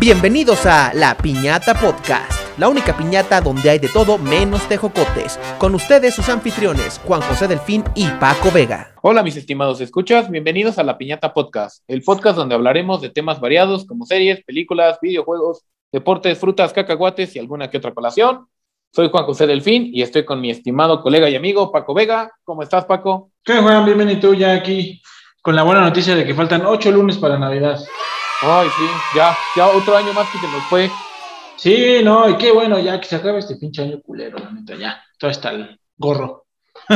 Bienvenidos a La Piñata Podcast, la única piñata donde hay de todo menos tejocotes. Con ustedes sus anfitriones, Juan José Delfín y Paco Vega. Hola mis estimados escuchas, bienvenidos a La Piñata Podcast, el podcast donde hablaremos de temas variados como series, películas, videojuegos, deportes, frutas, cacahuates y alguna que otra colación. Soy Juan José Delfín y estoy con mi estimado colega y amigo Paco Vega. ¿Cómo estás, Paco? ¿Qué, Juan? Bienvenido ya aquí con la buena noticia de que faltan 8 lunes para Navidad. Ay, sí, ya otro año más que se nos fue. Sí, no, y qué bueno, ya que se acabe este pinche año culero, la neta, ya, todo está el gorro.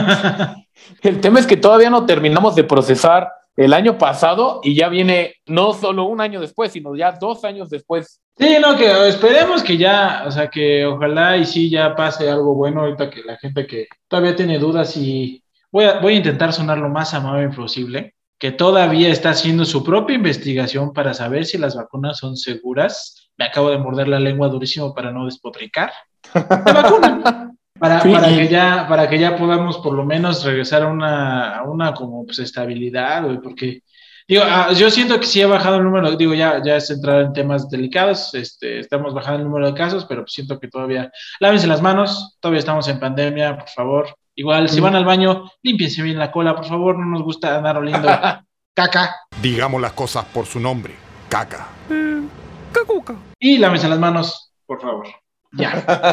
El tema es que todavía no terminamos de procesar el año pasado y ya viene no solo un año después, sino ya 2 años después. Sí, no, que esperemos que ya, o sea, que ojalá y sí ya pase algo bueno ahorita, que la gente que todavía tiene dudas, y voy a intentar sonar lo más amable posible, que todavía está haciendo su propia investigación para saber si las vacunas son seguras. Me acabo de morder la lengua durísimo para no despotricar. ¡Se vacunan! Para que ya podamos por lo menos regresar a una como pues estabilidad, güey, porque digo, yo siento que sí ha bajado el número, digo, ya es entrar en temas delicados, estamos bajando el número de casos, pero siento que todavía, lávense las manos, todavía estamos en pandemia, por favor. Igual, si van al baño, límpiense bien la cola, por favor, no nos gusta andar oliendo caca. Digamos las cosas por su nombre, caca. Cacuca. Y lávense las manos, por favor. Ya.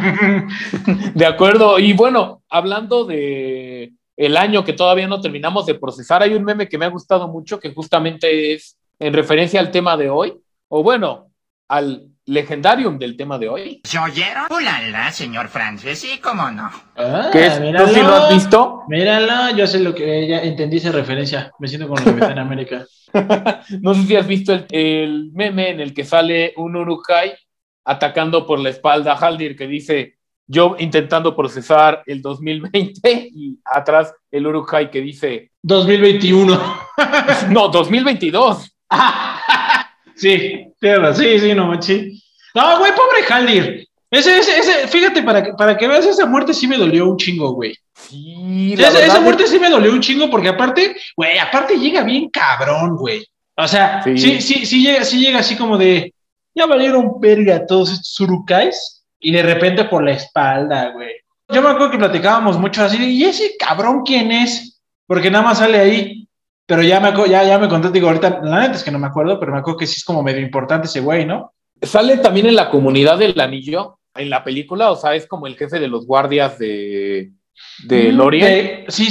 De acuerdo, y bueno, hablando de el año que todavía no terminamos de procesar, hay un meme que me ha gustado mucho que justamente es en referencia al tema de hoy, o bueno, al legendarium del tema de hoy. ¿Se oyeron? ¡Ulala, señor Francis! Sí, cómo no. ¿Qué es? ¿Tú sí lo has visto? Míralo, yo sé lo que ya entendí esa referencia. Me siento como lo que está en América. No sé si has visto el meme en el que sale un Uruk-hai atacando por la espalda a Haldir, que dice, yo intentando procesar el 2020, y atrás el Uruk-hai que dice 2021. No, 2022. Sí, tierra, sí, no manches. No, güey, pobre Haldir. Ese, fíjate, para que veas, esa muerte sí me dolió un chingo, güey. Sí, esa muerte sí me dolió un chingo, porque aparte llega bien cabrón, güey. O sea, sí llega así como de, ya valieron verga todos estos Uruk-hais, y de repente por la espalda, güey. Yo me acuerdo que platicábamos mucho así, ¿y ese cabrón quién es? Porque nada más sale ahí. Pero ya me conté, digo, ahorita, la neta es que no me acuerdo, pero me acuerdo que sí es como medio importante ese güey, ¿no? Sale también en la Comunidad del Anillo, en la película, o sea, es como el jefe de los guardias de Lorien. Sí,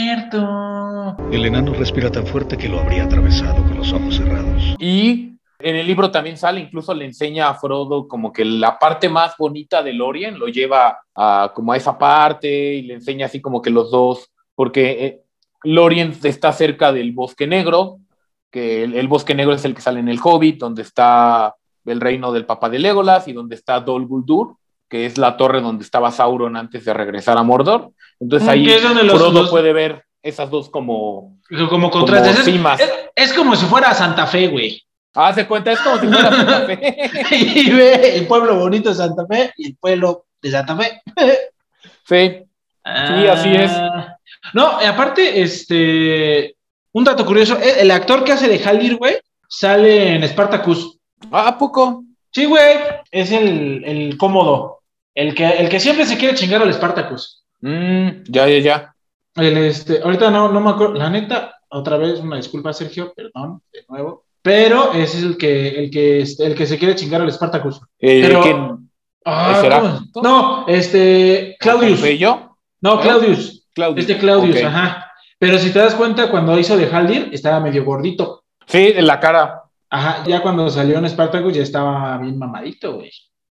cierto. El enano respira tan fuerte que lo habría atravesado con los ojos cerrados. Y en el libro también sale, incluso le enseña a Frodo como que la parte más bonita de Lorien, lo lleva como a esa parte y le enseña así como que los dos, porque Lorien está cerca del Bosque Negro, que el Bosque Negro es el que sale en el Hobbit, donde está el reino del papá de Legolas y donde está Dol Guldur, que es la torre donde estaba Sauron antes de regresar a Mordor. Entonces ahí Frodo puede ver esas dos como contrastes. Cimas. Es como si fuera Santa Fe, güey. Se cuenta, es como si fuera Santa Fe. Y ve el pueblo bonito de Santa Fe y el pueblo de Santa Fe. Sí, así es. No, aparte, un dato curioso, el actor que hace de Haldir, güey, sale en Spartacus. ¿A poco? Sí, güey, es el cómodo, el que siempre se quiere chingar al Spartacus. Ya. Ahorita no me acuerdo, la neta, otra vez, una disculpa, Sergio, perdón, de nuevo, pero ese es el que se quiere chingar al Spartacus. ¿Quién será? No, Claudius. ¿Bello? No, Claudius. Claudius, okay. Ajá. Pero si te das cuenta, cuando hizo de Haldir, estaba medio gordito. Sí, en la cara. Ajá, ya cuando salió en Spartacus ya estaba bien mamadito, güey.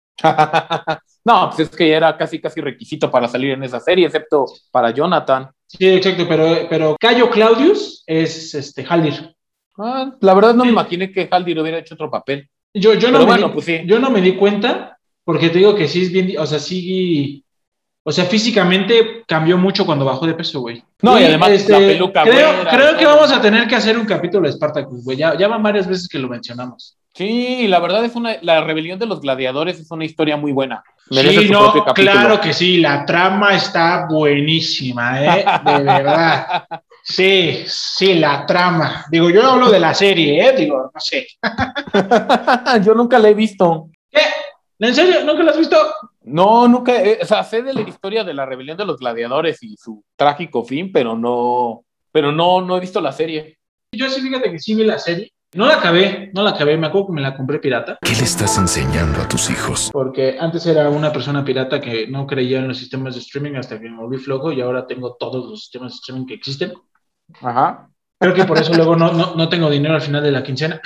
No, pues es que ya era casi requisito para salir en esa serie, excepto para Jonathan. Sí, exacto, pero Cayo Claudius es Haldir. La verdad no me imaginé que Haldir hubiera hecho otro papel. Yo sí. Yo no me di cuenta, porque te digo que sí es bien, o sea, sí, o sea, físicamente cambió mucho cuando bajó de peso, güey. No, y además la peluca. Creo que vamos a tener que hacer un capítulo de Spartacus, güey. Ya van varias veces que lo mencionamos. Sí, la verdad la rebelión de los gladiadores es una historia muy buena. Sí, claro que sí, la trama está buenísima, de verdad. Sí, la trama. Digo, yo hablo de la serie, digo, no sé. Yo nunca la he visto. ¿Qué? ¿En serio? ¿Nunca la has visto? No, nunca, o sea, sé de la historia de la rebelión de los gladiadores y su trágico fin, pero no he visto la serie. Yo sí, fíjate que sí vi la serie. No la acabé, me acuerdo que me la compré pirata. ¿Qué le estás enseñando a tus hijos? Porque antes era una persona pirata que no creía en los sistemas de streaming hasta que me volví flojo y ahora tengo todos los sistemas de streaming que existen. Ajá. Creo que por eso luego no tengo dinero al final de la quincena.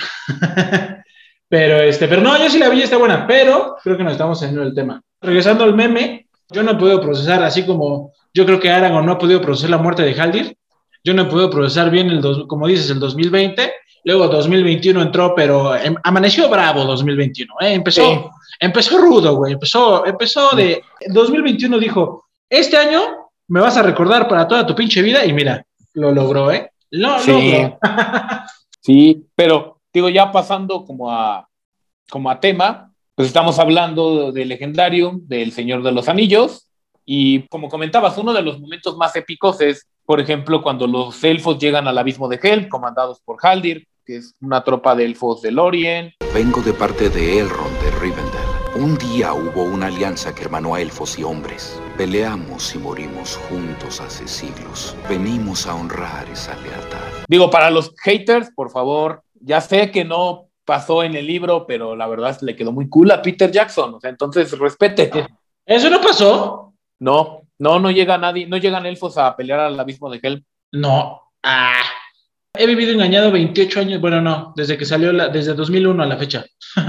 Pero no, yo sí la vi, está buena, pero creo que nos estamos saliendo del tema. Regresando al meme, yo no he podido procesar, así como yo creo que Aragorn no ha podido procesar la muerte de Haldir, yo no he podido procesar bien como dices, el 2020, luego 2021 entró, pero amaneció bravo 2021, empezó rudo, güey, empezó de, 2021 dijo, este año me vas a recordar para toda tu pinche vida, y mira, lo logró, logró. Sí, pero digo, ya pasando como a tema, pues estamos hablando del Legendarium, del Señor de los Anillos, y como comentabas, uno de los momentos más épicos es, por ejemplo, cuando los elfos llegan al abismo de Helm, comandados por Haldir, que es una tropa de elfos de Lórien. Vengo de parte de Elrond de Rivendell. Un día hubo una alianza que hermanó a elfos y hombres. Peleamos y morimos juntos hace siglos. Venimos a honrar esa lealtad. Digo, para los haters, por favor, ya sé que no pasó en el libro, pero la verdad le quedó muy cool a Peter Jackson, o sea, entonces respete. ¿Eso no pasó? No llega nadie, no llegan elfos a pelear al abismo de Helm. No. He vivido engañado 28 años, bueno, no, desde que salió, desde 2001 a la fecha.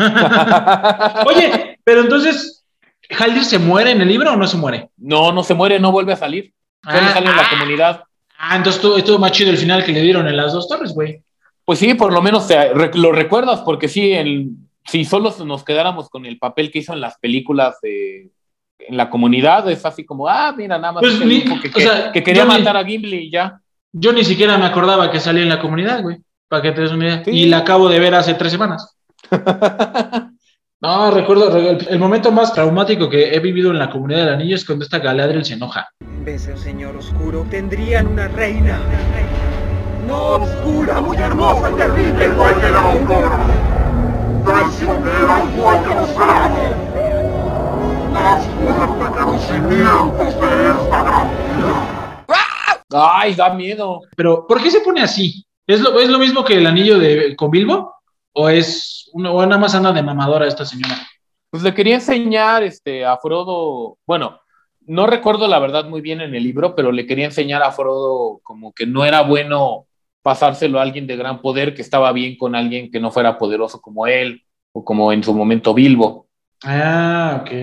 Oye, pero entonces, ¿Haldir se muere en el libro o no se muere? No se muere, no vuelve a salir. Solo sale en la comunidad. Entonces estuvo más chido el final que le dieron en las dos torres, güey. Pues sí, por lo menos lo recuerdas, porque sí, si solo nos quedáramos con el papel que hizo en las películas en la comunidad, es así como, mira, nada más pues que quería matar a Gimli y ya. Yo ni siquiera me acordaba que salía en la comunidad, güey, para que te des una idea. Sí. Y la acabo de ver hace 3 semanas. No, recuerdo, el momento más traumático que he vivido en la comunidad del anillo es cuando esta Galadriel se enoja. Ves, señor oscuro, tendrían una reina. No oscura, muy hermosa y terrible, igual que la autora. Traicionera igual que los bravos. Más fuerte que los cimientos de esta gran vida. ¡Ay, da miedo! Pero, ¿por qué se pone así? ¿Es lo mismo que el anillo con Bilbo? ¿O o nada más anda de mamadora esta señora? Pues le quería enseñar a Frodo, bueno, no recuerdo la verdad muy bien en el libro, pero le quería enseñar a Frodo como que no era bueno pasárselo a alguien de gran poder, que estaba bien con alguien que no fuera poderoso como él, o como en su momento Bilbo. Ok.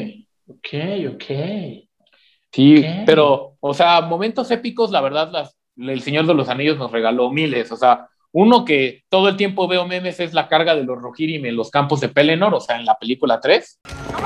Sí, pero, o sea, momentos épicos, la verdad, el Señor de los Anillos nos regaló miles, o sea, uno que todo el tiempo veo memes es la carga de los Rohirrim en los campos de Pelennor, o sea, en la película 3.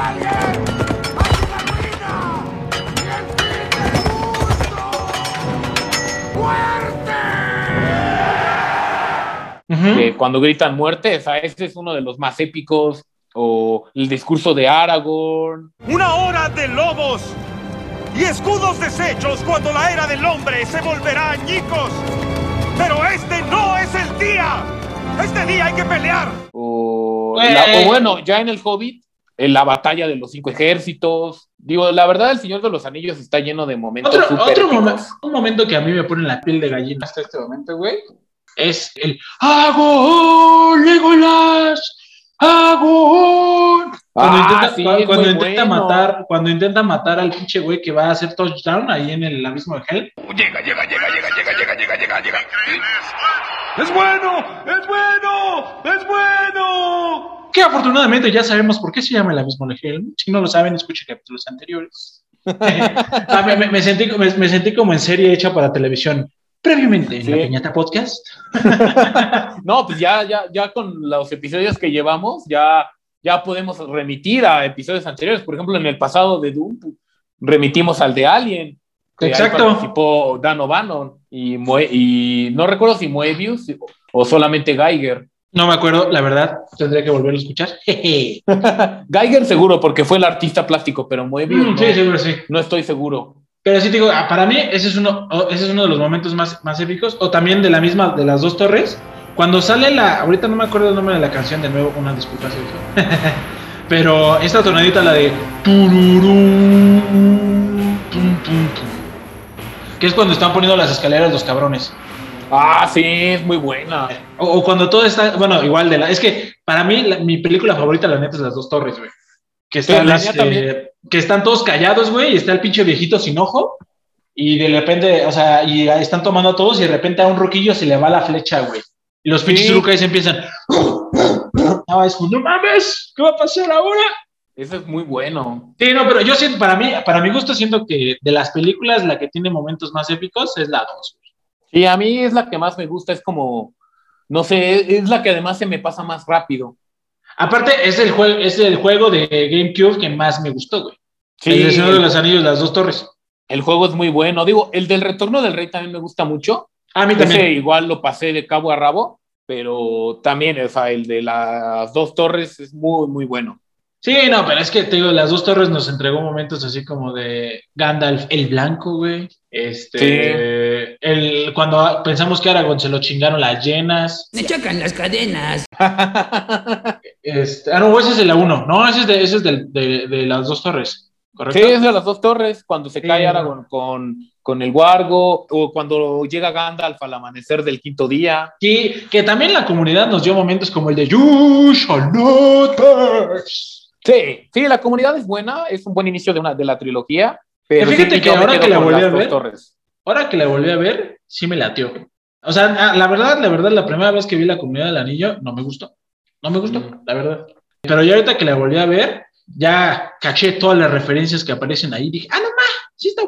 Que cuando gritan muerte, o sea, ese es uno de los más épicos, o el discurso de Aragorn. ¡Una hora de lobos y escudos deshechos cuando la era del hombre se volverá añicos! ¡Pero este no es el día! ¡Este día hay que pelear! O bueno, ya en el Hobbit, en la batalla de los 5 ejércitos. Digo, la verdad, el Señor de los Anillos está lleno de momentos súper épicos. Un momento que a mí me pone la piel de gallina hasta este momento, güey, es el ¡Agón, Legolas! ¡Agón! Cuando intenta matar al pinche güey que va a hacer touchdown ahí en el abismo de Helm. Llega. ¡Es bueno! Que afortunadamente ya sabemos por qué se llama el abismo de Helm. Si no lo saben, escuchen capítulos anteriores. Me sentí como en serie hecha para televisión. Previamente en la Piñata Podcast. No, pues ya con los episodios que llevamos, ya podemos remitir a episodios anteriores. Por ejemplo, en el pasado de Doom, remitimos al de Alien. Exacto. Ahí participó Dan O'Bannon y no recuerdo si Moebius o solamente Geiger. No me acuerdo, la verdad, tendría que volverlo a escuchar. Geiger seguro, porque fue el artista plástico, pero Moebius sí, seguro, sí. No estoy seguro. Pero sí te digo, para mí ese es uno de los momentos más épicos, o también de las dos torres, cuando sale ahorita no me acuerdo el nombre de la canción, de nuevo, una disculpa, Sergio. Pero esta tonadita, la de tururú, tum, tum, tum, que es cuando están poniendo las escaleras los cabrones. Ah, sí, es muy buena. O cuando todo está, bueno, igual es que para mí mi película favorita, la neta, es Las Dos Torres, güey. Que están, que están todos callados, güey, y está el pinche viejito sin ojo, y de repente, o sea, y están tomando a todos, y de repente a un roquillo se le va la flecha, güey. Y los pinches rucas empiezan. No, es como, no mames, ¿qué va a pasar ahora? Eso es muy bueno. Sí, no, pero yo siento, para mi gusto, siento que de las películas, la que tiene momentos más épicos es la 2. Sí, a mí es la que más me gusta, es como, no sé, es la que además se me pasa más rápido. Aparte, es el juego de GameCube que más me gustó, güey. Sí, el Señor de los Anillos, Las Dos Torres. El juego es muy bueno. Digo, el del Retorno del Rey también me gusta mucho. A mí también. Ese igual lo pasé de cabo a rabo, pero también, o sea, el de Las Dos Torres es muy, muy bueno. Sí, no, pero es que te digo, Las Dos Torres nos entregó momentos así como de Gandalf el Blanco, güey. Cuando pensamos que Aragorn se lo chingaron las llenas. Me chocan las cadenas. No, ese es de la 1. No, ese es de Las Dos Torres, ¿correcto? Sí, es de Las Dos Torres, cuando se cae Aragorn con el Wargo, o cuando llega Gandalf al amanecer del quinto día. Sí, que también la comunidad nos dio momentos como el de You shall not pass. Sí, la comunidad es buena, es un buen inicio de la trilogía. Pero fíjate que ahora que la volví a ver, sí me latió. O sea, la verdad, la primera vez que vi La Comunidad del Anillo, no me gustó. La verdad. Pero ya ahorita que la volví a ver, ya caché todas las referencias que aparecen ahí. Dije, no más, sí está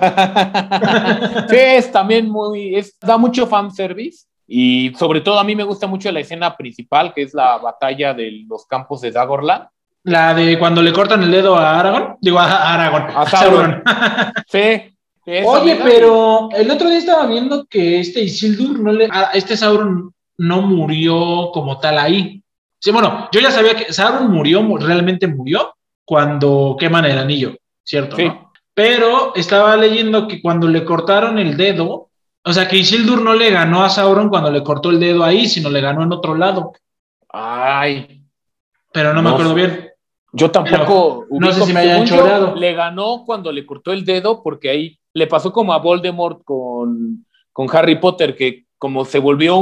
buena. Sí, es también da mucho fanservice. Y sobre todo a mí me gusta mucho la escena principal, que es la batalla de los campos de Dagorland. La de cuando le cortan el dedo a Aragorn. Digo, a Aragorn. A Sauron. Sí. Oye, pero el otro día estaba viendo que este Sauron no murió como tal ahí. Sí, bueno, yo ya sabía que Sauron realmente murió cuando queman el anillo, ¿cierto? Sí. ¿No? Pero estaba leyendo que cuando le cortaron el dedo, o sea, que Isildur no le ganó a Sauron cuando le cortó el dedo ahí, sino le ganó en otro lado. Ay. Pero no me acuerdo bien. Yo tampoco. No sé si me hayan chorado. Le ganó cuando le cortó el dedo, porque ahí le pasó como a Voldemort con Harry Potter, que como se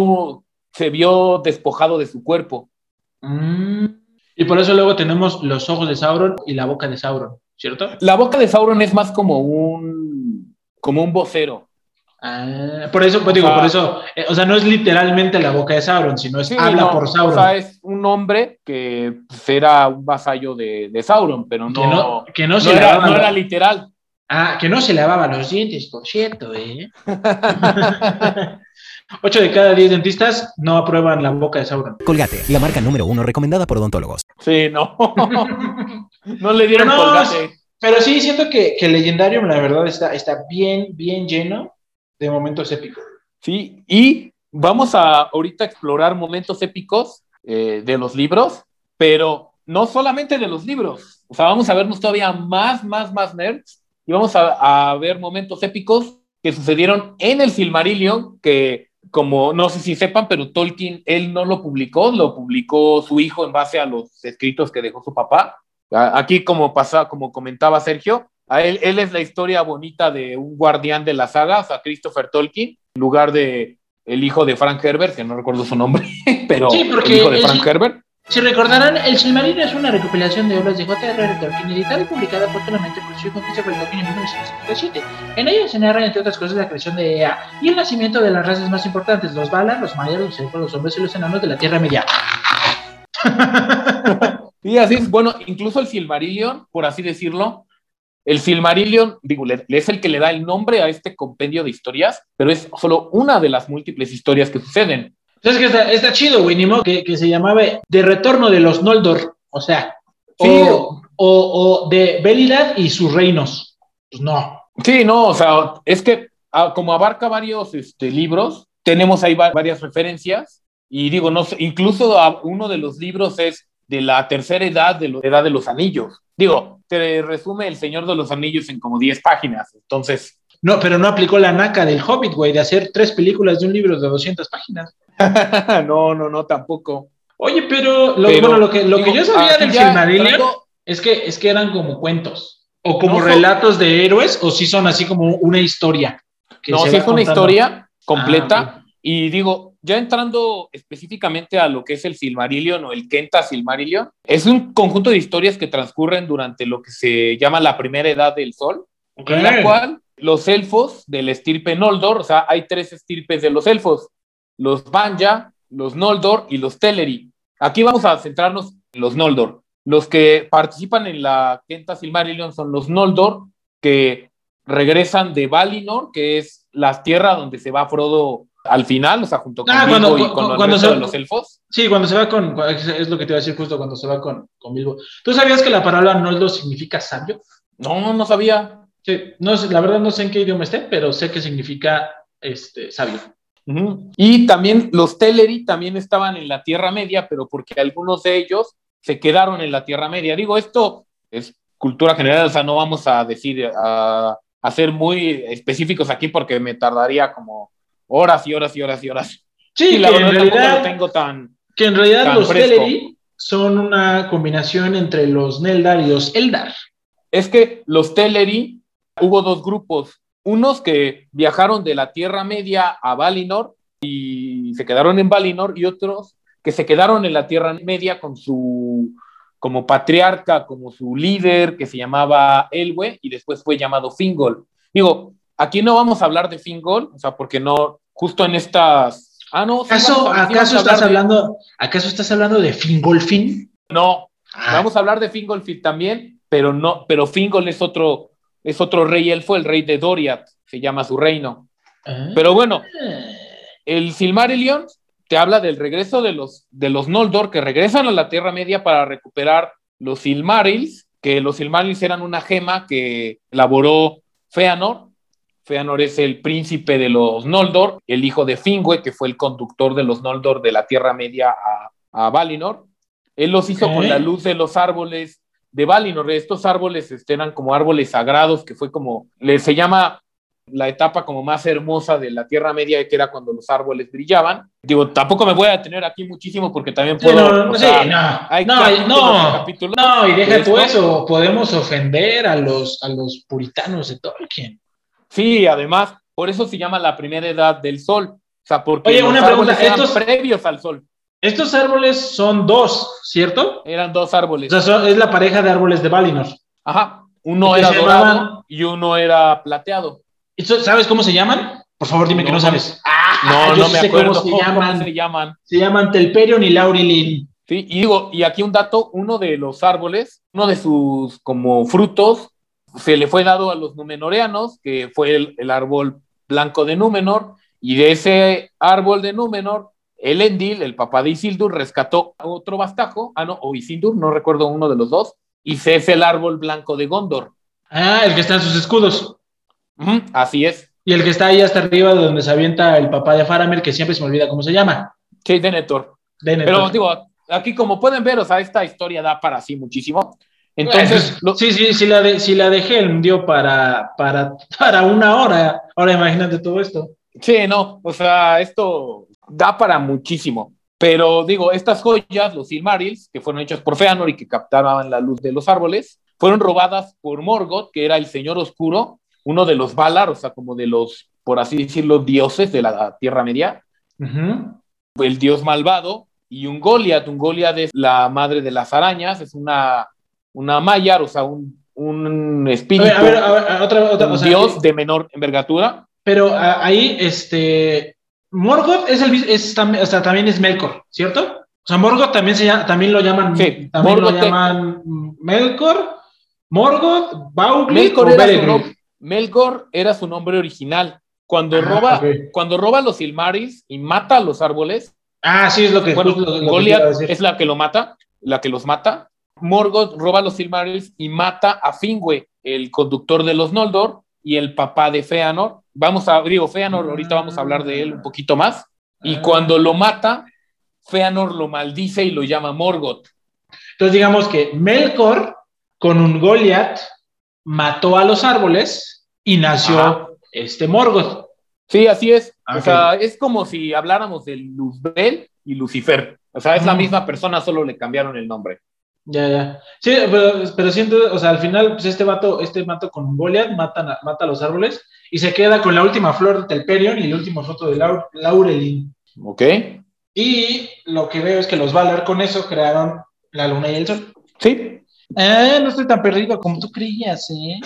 vio despojado de su cuerpo. Y por eso luego tenemos los ojos de Sauron y la boca de Sauron, ¿cierto? La boca de Sauron es más como un vocero. Por eso, o sea, no es literalmente la boca de Sauron, sino habla por Sauron. O sea, es un hombre que era un vasallo de Sauron, pero no era literal. Que no se lavaba los dientes, por cierto, 8 de cada 10 dentistas no aprueban la boca de Sauron. Colgate, la marca número 1 recomendada por odontólogos. Sí, no. No le dieron Colgate. Pero sí, siento que Legendarium, la verdad, está bien, bien lleno de momentos épicos. Sí, y vamos a ahorita explorar momentos épicos de los libros, pero no solamente de los libros. O sea, vamos a vernos todavía más nerds, y vamos a ver momentos épicos que sucedieron en el Silmarillion, que como no sé si sepan, pero Tolkien, él no lo publicó su hijo en base a los escritos que dejó su papá. Aquí como comentaba Sergio, él es la historia bonita de un guardián de la saga, o sea, Christopher Tolkien, en lugar de el hijo de Frank Herbert, que no recuerdo su nombre, pero sí, el hijo de Frank Herbert. Si recordarán, el Silmarillion es una recopilación de obras de J.R.R. Tolkien, editada y publicada póstumamente por su hijo Christopher Tolkien en 1957. En ella se narra, entre otras cosas, la creación de Ea y el nacimiento de las razas más importantes, los Valar, los Maiar, los elfos, los hombres y los enanos de la Tierra Media. Sí, así es. Bueno, incluso el Silmarillion, por así decirlo, el Silmarillion, es el que le da el nombre a este compendio de historias, pero es solo una de las múltiples historias que suceden. ¿Sabes que está chido, güey? Ni modo que se llamaba De Retorno de los Noldor, o sea, sí. o de Belirad y sus reinos. Pues no. Sí, no, o sea, es que como abarca varios libros, tenemos ahí varias referencias, y digo, no sé, incluso uno de los libros es de la tercera edad, de la edad de los anillos. Digo, te resume El Señor de los Anillos en como 10 páginas, entonces... No, pero no aplicó la naca del Hobbit, güey, de hacer 3 películas de un libro de 200 páginas. No, tampoco. Oye, pero lo que yo sabía del Silmarillion es que eran como cuentos, o como relatos de héroes, o sí son así como una historia. No, sí es una historia completa, y digo, ya entrando específicamente a lo que es el Silmarillion o el Kenta Silmarillion, es un conjunto de historias que transcurren durante lo que se llama la Primera Edad del Sol, en la cual los elfos de la estirpe Noldor, o sea, hay 3 estirpes de los elfos, los Vanya, los Noldor y los Teleri. Aquí vamos a centrarnos en los Noldor. Los que participan en la Kenta Silmarillion son los Noldor, que regresan de Valinor, que es la tierra donde se va Frodo al final, o sea, junto con Bilbo y con el resto de los elfos. Sí, cuando se va es lo que te iba a decir justo, cuando se va con Bilbo. ¿Tú sabías que la palabra Noldor significa sabio? No sabía. Sí, la verdad no sé en qué idioma esté, pero sé que significa sabio. Uh-huh. Y también los Teleri también estaban en la Tierra Media, pero porque algunos de ellos se quedaron en la Tierra Media. Digo, esto es cultura general, o sea, no vamos a decir, a ser muy específicos aquí porque me tardaría como horas y horas. Sí, y la verdad tampoco lo tengo tan que en realidad tan los fresco. Teleri son una combinación entre los Neldar y los Eldar. Es que los Teleri, hubo 2 grupos, unos que viajaron de la Tierra Media a Valinor y se quedaron en Valinor, y otros que se quedaron en la Tierra Media con su como patriarca, como su líder, que se llamaba Elwë, y después fue llamado Fingol. Digo, aquí no vamos a hablar de Fingol, o sea, porque no, justo en estas... ¿Acaso estás hablando de Fingolfin? No, vamos a hablar de Fingolfin también, pero Fingol es otro rey elfo, el rey de Doriath, se llama su reino. Pero bueno, el Silmarillion te habla del regreso de los Noldor, que regresan a la Tierra Media para recuperar los Silmarils, que los Silmarils eran una gema que elaboró Fëanor. Fëanor es el príncipe de los Noldor, el hijo de Finwë, que fue el conductor de los Noldor de la Tierra Media a Valinor. Él los hizo con la luz de los árboles de Valinor. Estos árboles eran como árboles sagrados, que fue como, se llama la etapa como más hermosa de la Tierra Media, que era cuando los árboles brillaban. Digo, tampoco me voy a detener aquí muchísimo porque también puedo... Y deja tú eso, podemos ofender a los puritanos de Tolkien. Sí, además, por eso se llama la Primera Edad del Sol. O sea, porque oye, los árboles eran previos al Sol. Estos árboles son 2, ¿cierto? Eran 2 árboles. O sea, es la pareja de árboles de Valinor. Ajá, uno era dorado y uno era plateado. ¿Sabes cómo se llaman? Por favor, dime que no sabes. No me acuerdo cómo se llaman. Se llaman Telperion y Laurilin. Sí, y aquí un dato, uno de los árboles, uno de sus como frutos, se le fue dado a los Númenoreanos, que fue el árbol blanco de Númenor, y de ese árbol de Númenor, Elendil, el papá de Isildur, rescató otro vástago, o Isildur, no recuerdo uno de los dos, y ese es el árbol blanco de Gondor. El que está en sus escudos. Así es. Y el que está ahí hasta arriba, donde se avienta el papá de Faramir, que siempre se me olvida cómo se llama. Sí, Denethor. Pero digo, aquí como pueden ver, o sea, esta historia da para sí muchísimo. Entonces, si la de Helm dio para 1 hora, ahora imagínate todo esto. Sí, no, o sea, esto da para muchísimo. Pero digo, estas joyas, los Silmarils, que fueron hechos por Fëanor y que captaban la luz de los árboles, fueron robadas por Morgoth, que era el Señor Oscuro, uno de los Valar, o sea, como de los, por así decirlo, dioses de la Tierra Media. El dios malvado, y un Goliath es la madre de las arañas, es una Maiar, o sea, un espíritu, un dios de menor envergadura. Pero ahí, Morgoth también es Melkor, ¿cierto? O sea, Morgoth también lo llaman, sí, llaman Melkor, Morgoth, Baugli o Beregil. Melkor era su nombre original. Cuando roba los Silmarils y mata a los árboles. Sí, es lo que... Goliath es la que los mata. Morgoth roba los Silmarils y mata a Finwë, el conductor de los Noldor y el papá de Fëanor. Fëanor, ahorita vamos a hablar de él un poquito más. Y cuando lo mata, Fëanor lo maldice y lo llama Morgoth. Entonces digamos que Melkor con un Goliath, mató a los árboles y nació Morgoth. Sí, así es. Okay. O sea, es como si habláramos de Luzbel y Lucifer. O sea, es la misma persona, solo le cambiaron el nombre. Ya. Sí, pero siento, o sea, al final, pues este vato con Goliath mata a los árboles y se queda con la última flor de Telperion y el último fruto de Laurelin. Ok. Y lo que veo es que los Valar con eso crearon la luna y el sol. Sí. No estoy tan perdido como tú creías, ¿eh?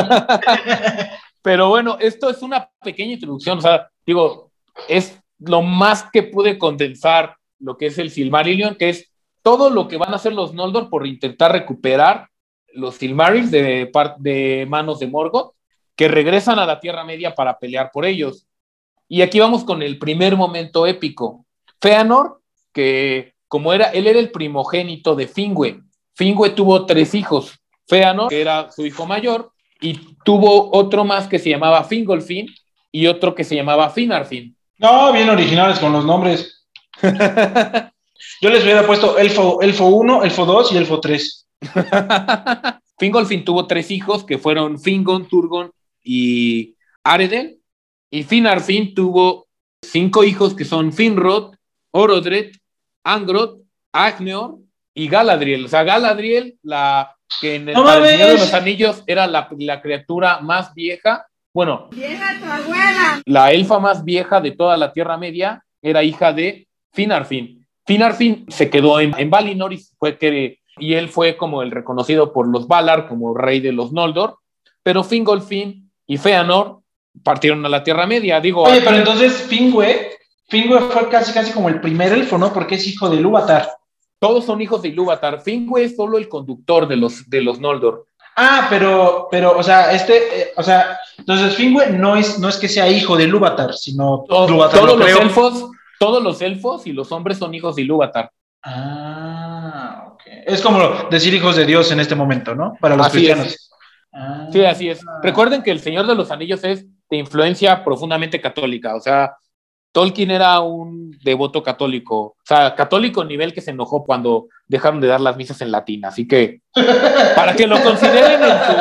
Pero bueno, esto es una pequeña introducción, o sea, digo, es lo más que pude condensar lo que es el Silmarillion, que es todo lo que van a hacer los Noldor por intentar recuperar los Silmarils de manos de Morgoth, que regresan a la Tierra Media para pelear por ellos. Y aquí vamos con el primer momento épico. Fëanor, que él era el primogénito de Finwë. Finwë tuvo 3 hijos. Fëanor, que era su hijo mayor, y tuvo otro más que se llamaba Fingolfin y otro que se llamaba Finarfin. No, bien originales con los nombres. Yo les hubiera puesto Elfo 1, Elfo 2 y Elfo 3. Fingolfin tuvo 3 hijos que fueron Fingon, Turgon y Aredel. Y Finarfin tuvo 5 hijos que son Finrod, Orodred, Angrod, Agneor y Galadriel. O sea, Galadriel, la que en el Señor de los Anillos era la criatura más vieja. Bueno, ¡vieja tu abuela! La elfa más vieja de toda la Tierra Media era hija de Finarfin. Finarfin se quedó en Valinor y él fue como el reconocido por los Valar como rey de los Noldor, pero Fingolfin y Fëanor partieron a la Tierra Media. Oye, pero entonces Finwë fue casi como el primer elfo, ¿no? Porque es hijo de Ilúvatar. Todos son hijos de Ilúvatar. Finwë es solo el conductor de los Noldor. Ah, pero, o sea, entonces Finwë no es que sea hijo de Ilúvatar, sino todos los elfos y los hombres son hijos de Ilúvatar. Ah, ok. Es como decir hijos de Dios en este momento, ¿no? Para los cristianos. Sí, así es. Recuerden que el Señor de los Anillos es de influencia profundamente católica. O sea, Tolkien era un devoto católico. O sea, católico a nivel que se enojó cuando dejaron de dar las misas en latín. Así que, para que lo consideren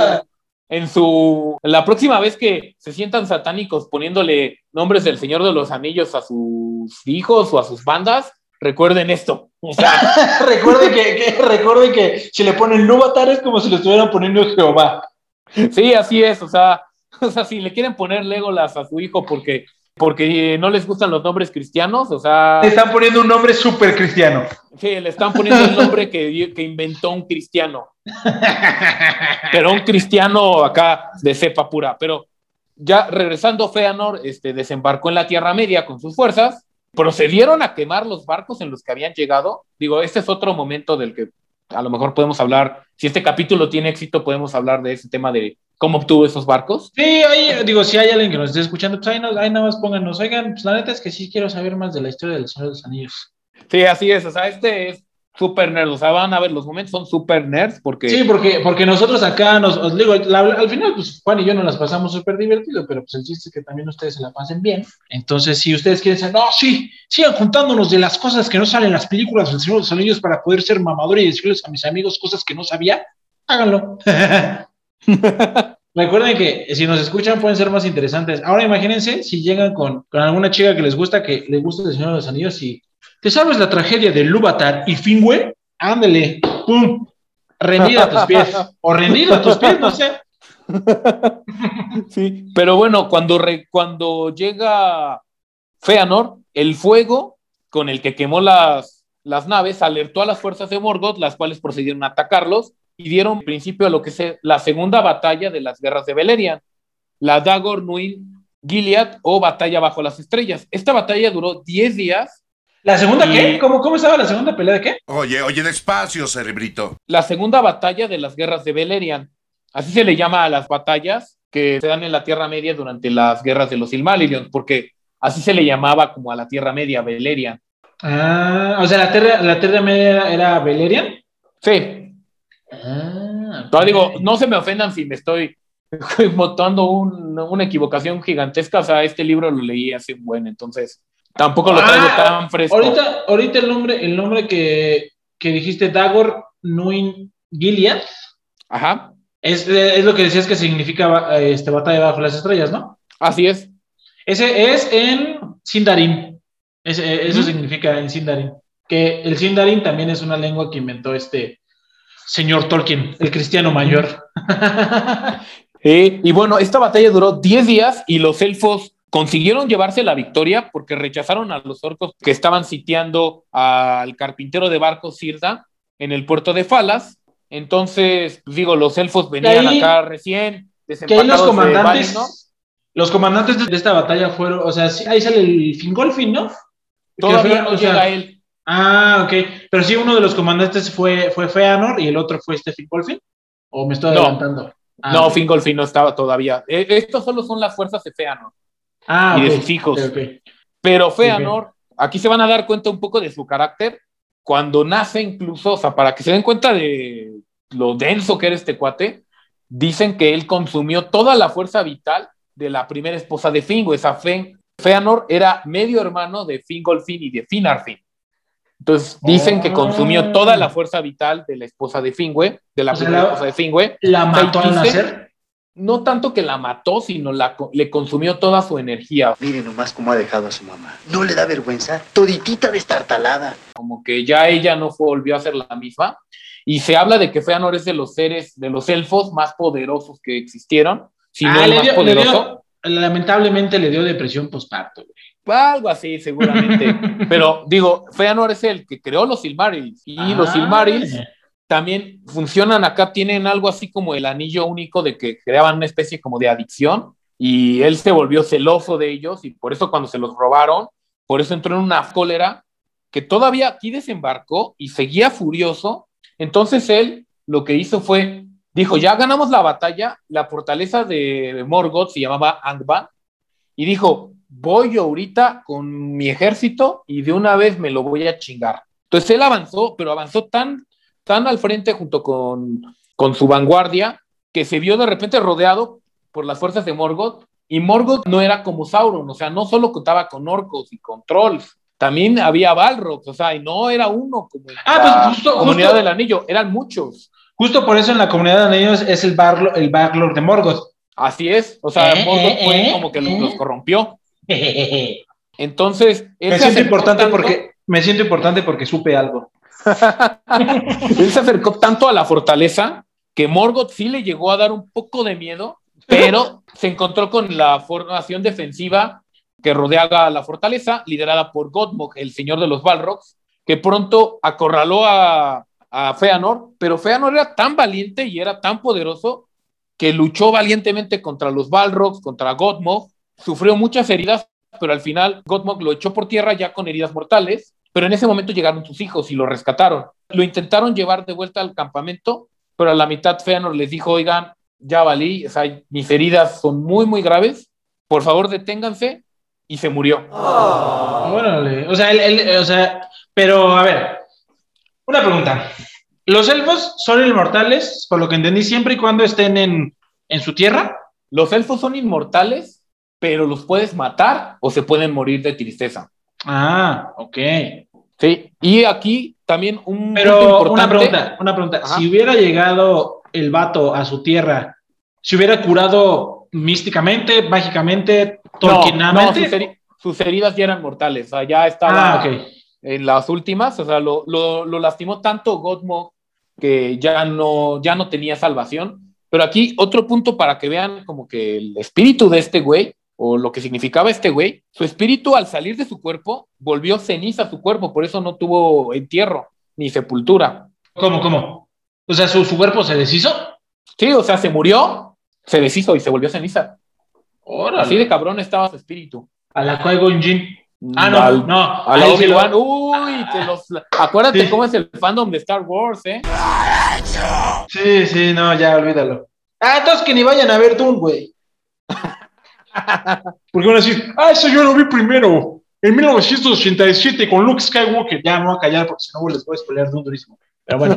la próxima vez que se sientan satánicos poniéndole nombres del Señor de los Anillos a sus hijos o a sus bandas, recuerden esto. O sea, recuerden que si le ponen Ilúvatar es como si le estuvieran poniendo Jehová. Sí, así es. O sea, si le quieren poner Legolas a su hijo porque no les gustan los nombres cristianos, o sea... Le están poniendo un nombre súper cristiano. Sí, le están poniendo el nombre que inventó un cristiano. Pero un cristiano acá de cepa pura. Pero ya regresando, Fëanor desembarcó en la Tierra Media con sus fuerzas, procedieron a quemar los barcos en los que habían llegado. Digo, este es otro momento del que a lo mejor podemos hablar. Si este capítulo tiene éxito, podemos hablar de ese tema de cómo obtuvo esos barcos. Sí, ahí, digo, si hay alguien que nos esté escuchando, pues ahí nada más pónganos, oigan, pues la neta es que sí quiero saber más de la historia del Señor de los Anillos. Sí, así es, o sea, este es súper nerd, o sea, van a ver, los momentos son súper nerds porque... Sí, porque nosotros acá, os digo, al final, pues Juan y yo nos las pasamos súper divertido, pero pues el chiste es que también ustedes se la pasen bien. Entonces, si ustedes quieren decir, no, sí, sigan contándonos de las cosas que no salen en las películas del Señor de los Anillos para poder ser mamador y decirles a mis amigos cosas que no sabía, háganlo. Recuerden que si nos escuchan pueden ser más interesantes. Ahora imagínense si llegan con alguna chica que les gusta el Señor de los Anillos y ¿te sabes la tragedia de Ilúvatar y Finwë? Ándale, pum, rendida a tus pies, o rendido a tus pies, no sé. Sí, pero bueno, cuando llega Fëanor, el fuego con el que quemó las naves alertó a las fuerzas de Morgoth, las cuales procedieron a atacarlos y dieron principio a lo que es la segunda batalla de las guerras de Beleriand, la Dagor Nuin Gilead o Batalla bajo las estrellas. Esta batalla duró 10 días. ¿La segunda qué? ¿Cómo estaba la segunda pelea de qué? Oye, despacio, cerebrito. La segunda batalla de las guerras de Beleriand. Así se le llama a las batallas que se dan en la Tierra Media durante las guerras de los Silmarillion, porque así se le llamaba como a la Tierra Media, Beleriand. Ah, o sea, la Tierra Media era Beleriand. Sí. Okay. Digo, no se me ofendan si me estoy montando una equivocación gigantesca. O sea, este libro lo leí hace un buen, entonces tampoco lo traigo tan fresco. Ahorita el nombre que dijiste, Dagor Nuin Gilead. Ajá. Es lo que decías que significa batalla bajo las estrellas, ¿no? Así es. Ese es en Sindarin. Eso significa en Sindarin. Que el Sindarin también es una lengua que inventó este señor Tolkien, el cristiano mayor. Y bueno, esta batalla duró 10 días y los elfos consiguieron llevarse la victoria porque rechazaron a los orcos que estaban sitiando al carpintero de barcos Sirda en el puerto de Falas. Entonces, digo, los elfos venían acá recién desempacados de Valinor. Los comandantes de esta batalla fueron, o sea, ahí sale el Fingolfin, ¿no? Todavía no llega él. Ah, ok. Pero sí, uno de los comandantes fue Feanor y el otro fue Fingolfin. ¿O me estoy adelantando? No, Fingolfin no estaba todavía. Estos solo son las fuerzas de Feanor y de sus hijos. Okay. Pero Feanor, aquí se van a dar cuenta un poco de su carácter. Cuando nace incluso, o sea, para que se den cuenta de lo denso que era este cuate, dicen que él consumió toda la fuerza vital de la primera esposa de Fingo. Esa Feanor era medio hermano de Fingolfin y de Finarfin. Entonces dicen que consumió toda la fuerza vital de la esposa de Finwë, de la primera esposa de Finwë. ¿La mató al nacer? No tanto que la mató, sino le consumió toda su energía. Mire nomás cómo ha dejado a su mamá. ¿No le da vergüenza? Toditita destartalada. Como que ya ella no volvió a ser la misma. Y se habla de que Feanor es de los seres, de los elfos más poderosos que existieron. Si no el más poderoso. Lamentablemente le dio depresión postparto, güey. Algo así, seguramente. Pero digo, Feanor es el que creó los Silmarils. Y los Silmarils también funcionan acá, tienen algo así como el anillo único de que creaban una especie como de adicción. Y él se volvió celoso de ellos. Y por eso cuando se los robaron, por eso entró en una cólera que todavía aquí desembarcó y seguía furioso. Entonces él lo que hizo fue, dijo, ya ganamos la batalla, la fortaleza de Morgoth se llamaba Angband. Y dijo, voy yo ahorita con mi ejército y de una vez me lo voy a chingar. Entonces él avanzó, pero avanzó tan al frente junto con su vanguardia que se vio de repente rodeado por las fuerzas de Morgoth. Y Morgoth no era como Sauron, o sea, no solo contaba con orcos y con trolls, también había Balrogs, o sea, y no era uno como la comunidad del anillo, eran muchos. Justo por eso en la comunidad de anillos es el Balrog de Morgoth. Así es, o sea, Morgoth fue como que los corrompió. Entonces, me siento importante porque supe algo. Él se acercó tanto a la fortaleza que Morgoth sí le llegó a dar un poco de miedo, pero se encontró con la formación defensiva que rodeaba la fortaleza, liderada por Godmog, el señor de los Balrogs, que pronto acorraló a Feanor, pero Feanor era tan valiente y era tan poderoso que luchó valientemente contra los Balrogs, contra Godmog, sufrió muchas heridas, pero al final Godmog lo echó por tierra ya con heridas mortales, pero en ese momento llegaron sus hijos y lo rescataron. Lo intentaron llevar de vuelta al campamento, pero a la mitad Feanor les dijo, oigan, ya valí, o sea, mis heridas son muy, muy graves, por favor deténganse, y se murió. Órale, o sea, pero a ver, una pregunta. ¿Los elfos son inmortales, por lo que entendí, siempre y cuando estén en su tierra? Los elfos son inmortales, pero los puedes matar o se pueden morir de tristeza. Ah, ok. Sí, y aquí también un punto importante. Una pregunta. Ajá. Si hubiera llegado el vato a su tierra, ¿se hubiera curado místicamente, mágicamente, tolkienamente? No, sus heridas ya eran mortales, o sea, ya estaba en las últimas, o sea, lo lastimó tanto Godmog que ya no tenía salvación. Pero aquí otro punto para que vean como que el espíritu de este güey, o lo que significaba este güey, su espíritu al salir de su cuerpo volvió ceniza a su cuerpo, por eso no tuvo entierro ni sepultura. ¿Cómo? O sea, ¿su cuerpo se deshizo? Sí, o sea, se murió, se deshizo y se volvió ceniza. ¡Órale! Así de cabrón estaba su espíritu. A la Qui-Gon Jinn. A la Obi-Wan. Uy, acuérdate cómo es el fandom de Star Wars, ¿eh? Sí, no, ya, olvídalo. Entonces que ni vayan a ver Dune, güey. Porque van a decir, eso yo lo vi primero, en 1987 con Luke Skywalker. Ya me voy a callar porque si no les voy a spoilear Dune durísimo. Pero bueno.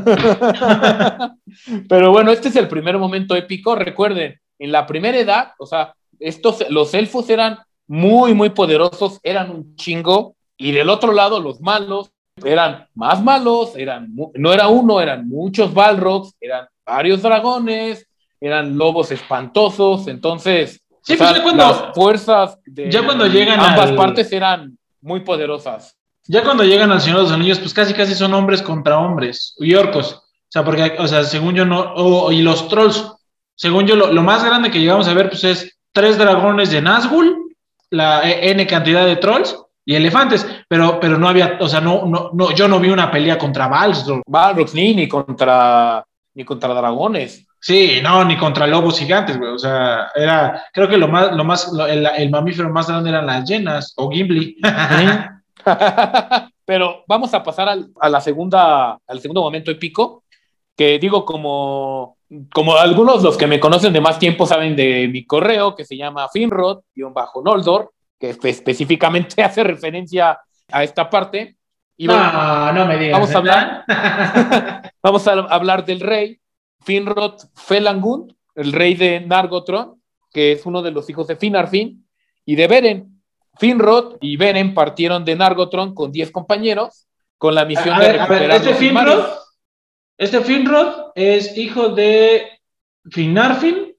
Pero bueno, este es el primer momento épico. Recuerden, en la primera edad, o sea, los elfos eran muy, muy poderosos, eran un chingo, y del otro lado los malos eran más malos, no era uno, eran muchos Balrogs, eran varios dragones, eran lobos espantosos, entonces sí, pues las fuerzas de cuando llegan ambas partes eran muy poderosas. Ya cuando llegan al Señor de los Anillos, pues casi son hombres contra hombres, y orcos. O sea, porque, o sea, según yo no, y los trolls, según yo, lo más grande que llegamos a ver, pues es 3 dragones de Nazgûl, la N cantidad de trolls y elefantes, pero no había, o sea, no, yo no vi una pelea contra Balrog. Ni contra dragones. Sí, no, ni contra lobos gigantes, güey. O sea, creo que el mamífero más grande eran las hienas o Gimli. Pero vamos a pasar al segundo momento épico, que digo, como algunos los que me conocen de más tiempo saben de mi correo, que se llama Finrod-Noldor, que específicamente hace referencia a esta parte. Y no me digas. Vamos a hablar del rey Finrod Felangund, el rey de Nargothrond, que es uno de los hijos de Finarfin y de Beren. Finrod y Beren partieron de Nargothrond con 10 compañeros con la misión de recuperar los Silmarils. Este Finrod es hijo de Finarfin,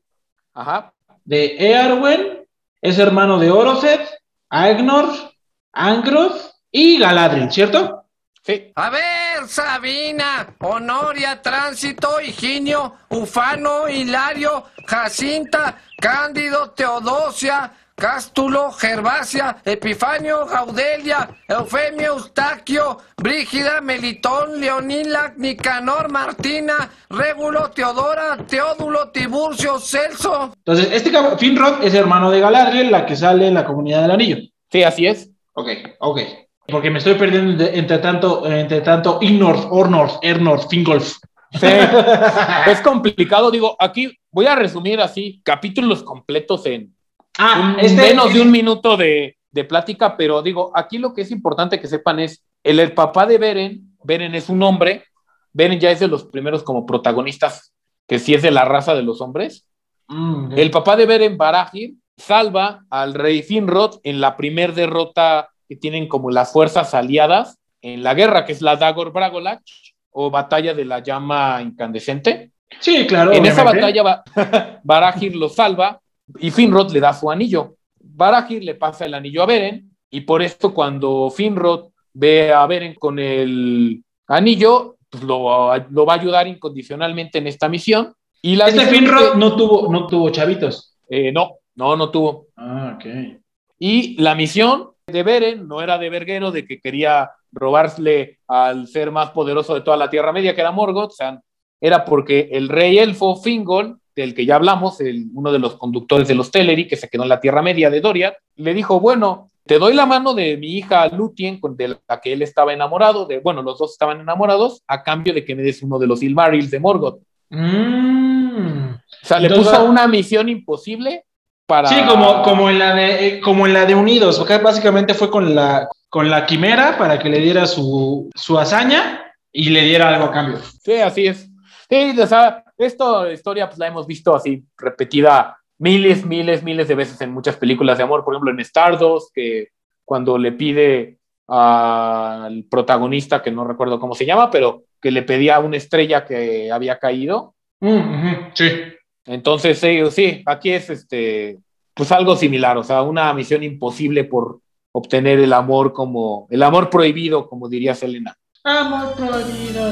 de Eärwen, es hermano de Orotheth, Aegnor, Angroth y Galadriel, ¿cierto? Sí. A ver, Sabina, Honoria, Tránsito, Higinio, Ufano, Hilario, Jacinta, Cándido, Teodosia, Cástulo, Gervasia, Epifanio, Gaudelia, Eufemio, Eustaquio, Brígida, Melitón, Leonila, Nicanor, Martina, Régulo, Teodora, Teodulo, Tiburcio, Celso. Entonces, este Finrod es hermano de Galadriel, la que sale en la Comunidad del Anillo. Sí, así es. Ok. Porque me estoy perdiendo entre tanto Innorth, Ornorth, Ernorth, Fingolf. Sí, es complicado. Digo, aquí voy a resumir así capítulos completos en menos de un minuto de plática, pero digo, aquí lo que es importante que sepan es el papá de Beren es un hombre. Beren ya es de los primeros como protagonistas, que sí es de la raza de los hombres. El papá de Beren, Barahir, salva al rey Finrod en la primer derrota que tienen como las fuerzas aliadas en la guerra, que es la Dagor Bragollach, o Batalla de la Llama Incandescente. Sí, claro. En esa batalla Barahir lo salva y Finrod le da su anillo. Barahir le pasa el anillo a Beren, y por esto cuando Finrod ve a Beren con el anillo, pues lo va a ayudar incondicionalmente en esta misión. Y Finrod no tuvo chavitos. No tuvo. Ah, ok. Y la misión de Beren no era de verguero, de que quería robarle al ser más poderoso de toda la Tierra Media, que era Morgoth. O sea, era porque el rey elfo Fingol, del que ya hablamos, uno de los conductores de los Teleri, que se quedó en la Tierra Media de Doriath, le dijo, bueno, te doy la mano de mi hija Lúthien, de la que él estaba enamorado, los dos estaban enamorados, a cambio de que me des uno de los Silmarils de Morgoth. O sea, le puso una misión imposible para... Sí, como en la de Unidos, porque básicamente fue con la quimera para que le diera su hazaña y le diera algo a cambio. Sí, así es. Sí, o sea, esta historia pues la hemos visto así repetida miles de veces en muchas películas de amor. Por ejemplo, en Stardust, que cuando le pide al protagonista, que no recuerdo cómo se llama, pero que le pedía una estrella que había caído. Sí. Entonces, sí, aquí es pues algo similar, o sea, una misión imposible por obtener el amor prohibido, como diría Selena. Amor prohibido.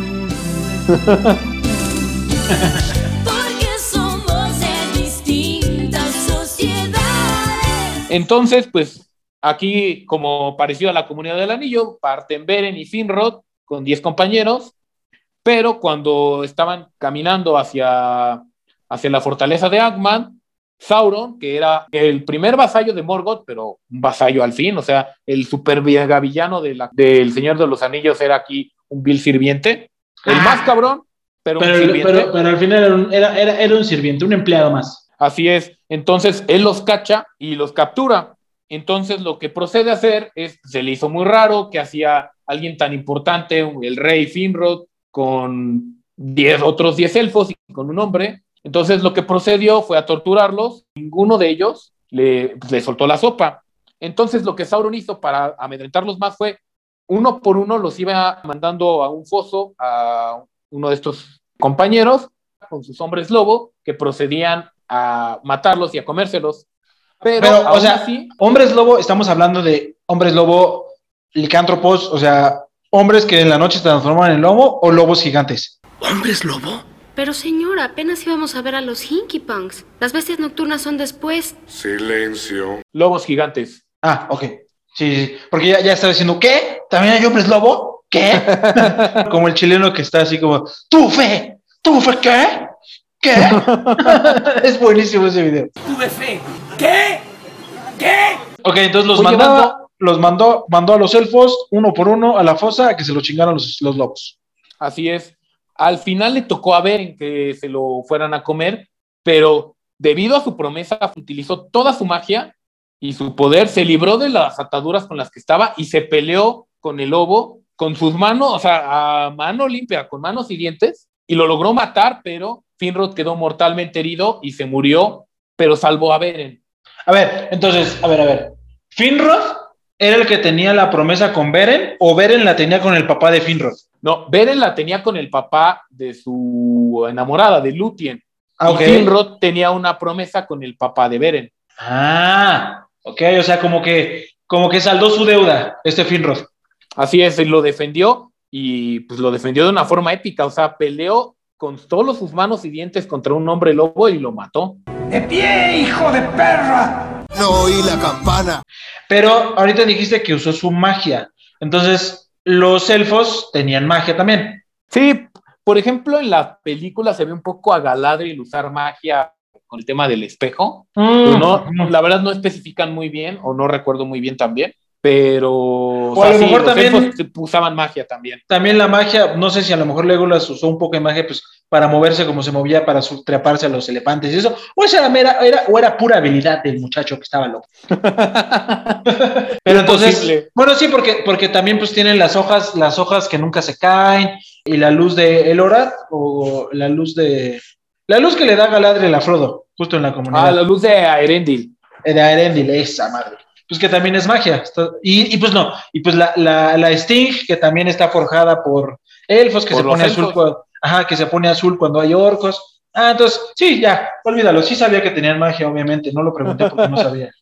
Porque somos de distintas sociedades. Entonces, pues aquí, como parecido a la Comunidad del Anillo, parten Beren y Finrod con 10 compañeros, pero cuando estaban caminando hacia la fortaleza de Angmar, Sauron, que era el primer vasallo de Morgoth, pero un vasallo al fin, o sea, el super villano del Señor de los Anillos era aquí un vil sirviente, el más cabrón, pero un sirviente. Pero al final era un sirviente, un empleado más. Así es. Entonces él los cacha y los captura. Entonces lo que procede a hacer se le hizo muy raro que hacía alguien tan importante, el rey Finrod, con otros 10 elfos y con un hombre. Entonces lo que procedió fue a torturarlos. Ninguno de ellos le soltó la sopa. Entonces lo que Sauron hizo para amedrentarlos más fue, uno por uno los iba mandando a un foso a uno de estos compañeros, con sus hombres lobo que procedían a matarlos y a comérselos. Pero o sea, así, hombres lobo, estamos hablando de hombres lobo licántropos, o sea, hombres que en la noche se transforman en lobo o lobos gigantes. ¿Hombres lobo? Pero señora, apenas íbamos a ver a los Hinky Punks. Las bestias nocturnas son después. Silencio. lobos gigantes. Ah, ok. Sí, porque ya estaba diciendo, ¿qué? ¿También hay hombres lobo? ¿Qué? Como el chileno que está así como, ¿tú fe? ¿Qué? ¿Qué? Es buenísimo ese video. Tuve fe. ¿Qué? ¿Qué? Ok, entonces mandó a los elfos uno por uno a la fosa a que se lo chingaran los lobos. Así es. Al final le tocó a Beren que se lo fueran a comer, pero debido a su promesa utilizó toda su magia y su poder, se libró de las ataduras con las que estaba y se peleó con el lobo con sus manos, o sea, a mano limpia, con manos y dientes, y lo logró matar, pero Finrod quedó mortalmente herido y se murió, pero salvó a Beren. A ver, entonces, a ver. ¿Finrod era el que tenía la promesa con Beren o Beren la tenía con el papá de Finrod? No, Beren la tenía con el papá de su enamorada, de Lúthien. Ah, ok. Y Finrod tenía una promesa con el papá de Beren. Ah, ok, o sea, como que saldó su deuda, Finrod. Así es, lo defendió y pues lo defendió de una forma épica, o sea, peleó con todas sus manos y dientes contra un hombre lobo y lo mató. ¡De pie, hijo de perra! No oí la campana. Pero ahorita dijiste que usó su magia, entonces los elfos tenían magia también. Sí, por ejemplo, en la película se ve un poco a Galadriel usar magia con el tema del espejo, pero no, la verdad no especifican muy bien, o no recuerdo muy bien también, pero o a lo mejor los también elfos usaban magia también. También la magia, no sé si a lo mejor Legolas usó un poco de magia pues para moverse como se movía para treparse a los elefantes y eso, o esa era pura habilidad del muchacho que estaba loco. Pero entonces, bueno, sí, porque también pues tienen las hojas que nunca se caen y la luz de Elorad o la luz que le da Galadriel a Frodo justo en la comunidad. Ah, la luz de Aerendil. De Aerendil, esa madre. Pues que también es magia. Y pues no. Y pues la Sting, que también está forjada por elfos, que se pone azul que se pone azul cuando hay orcos. Ah, entonces, sí, ya, olvídalo. Sí sabía que tenían magia, obviamente. No lo pregunté porque no sabía.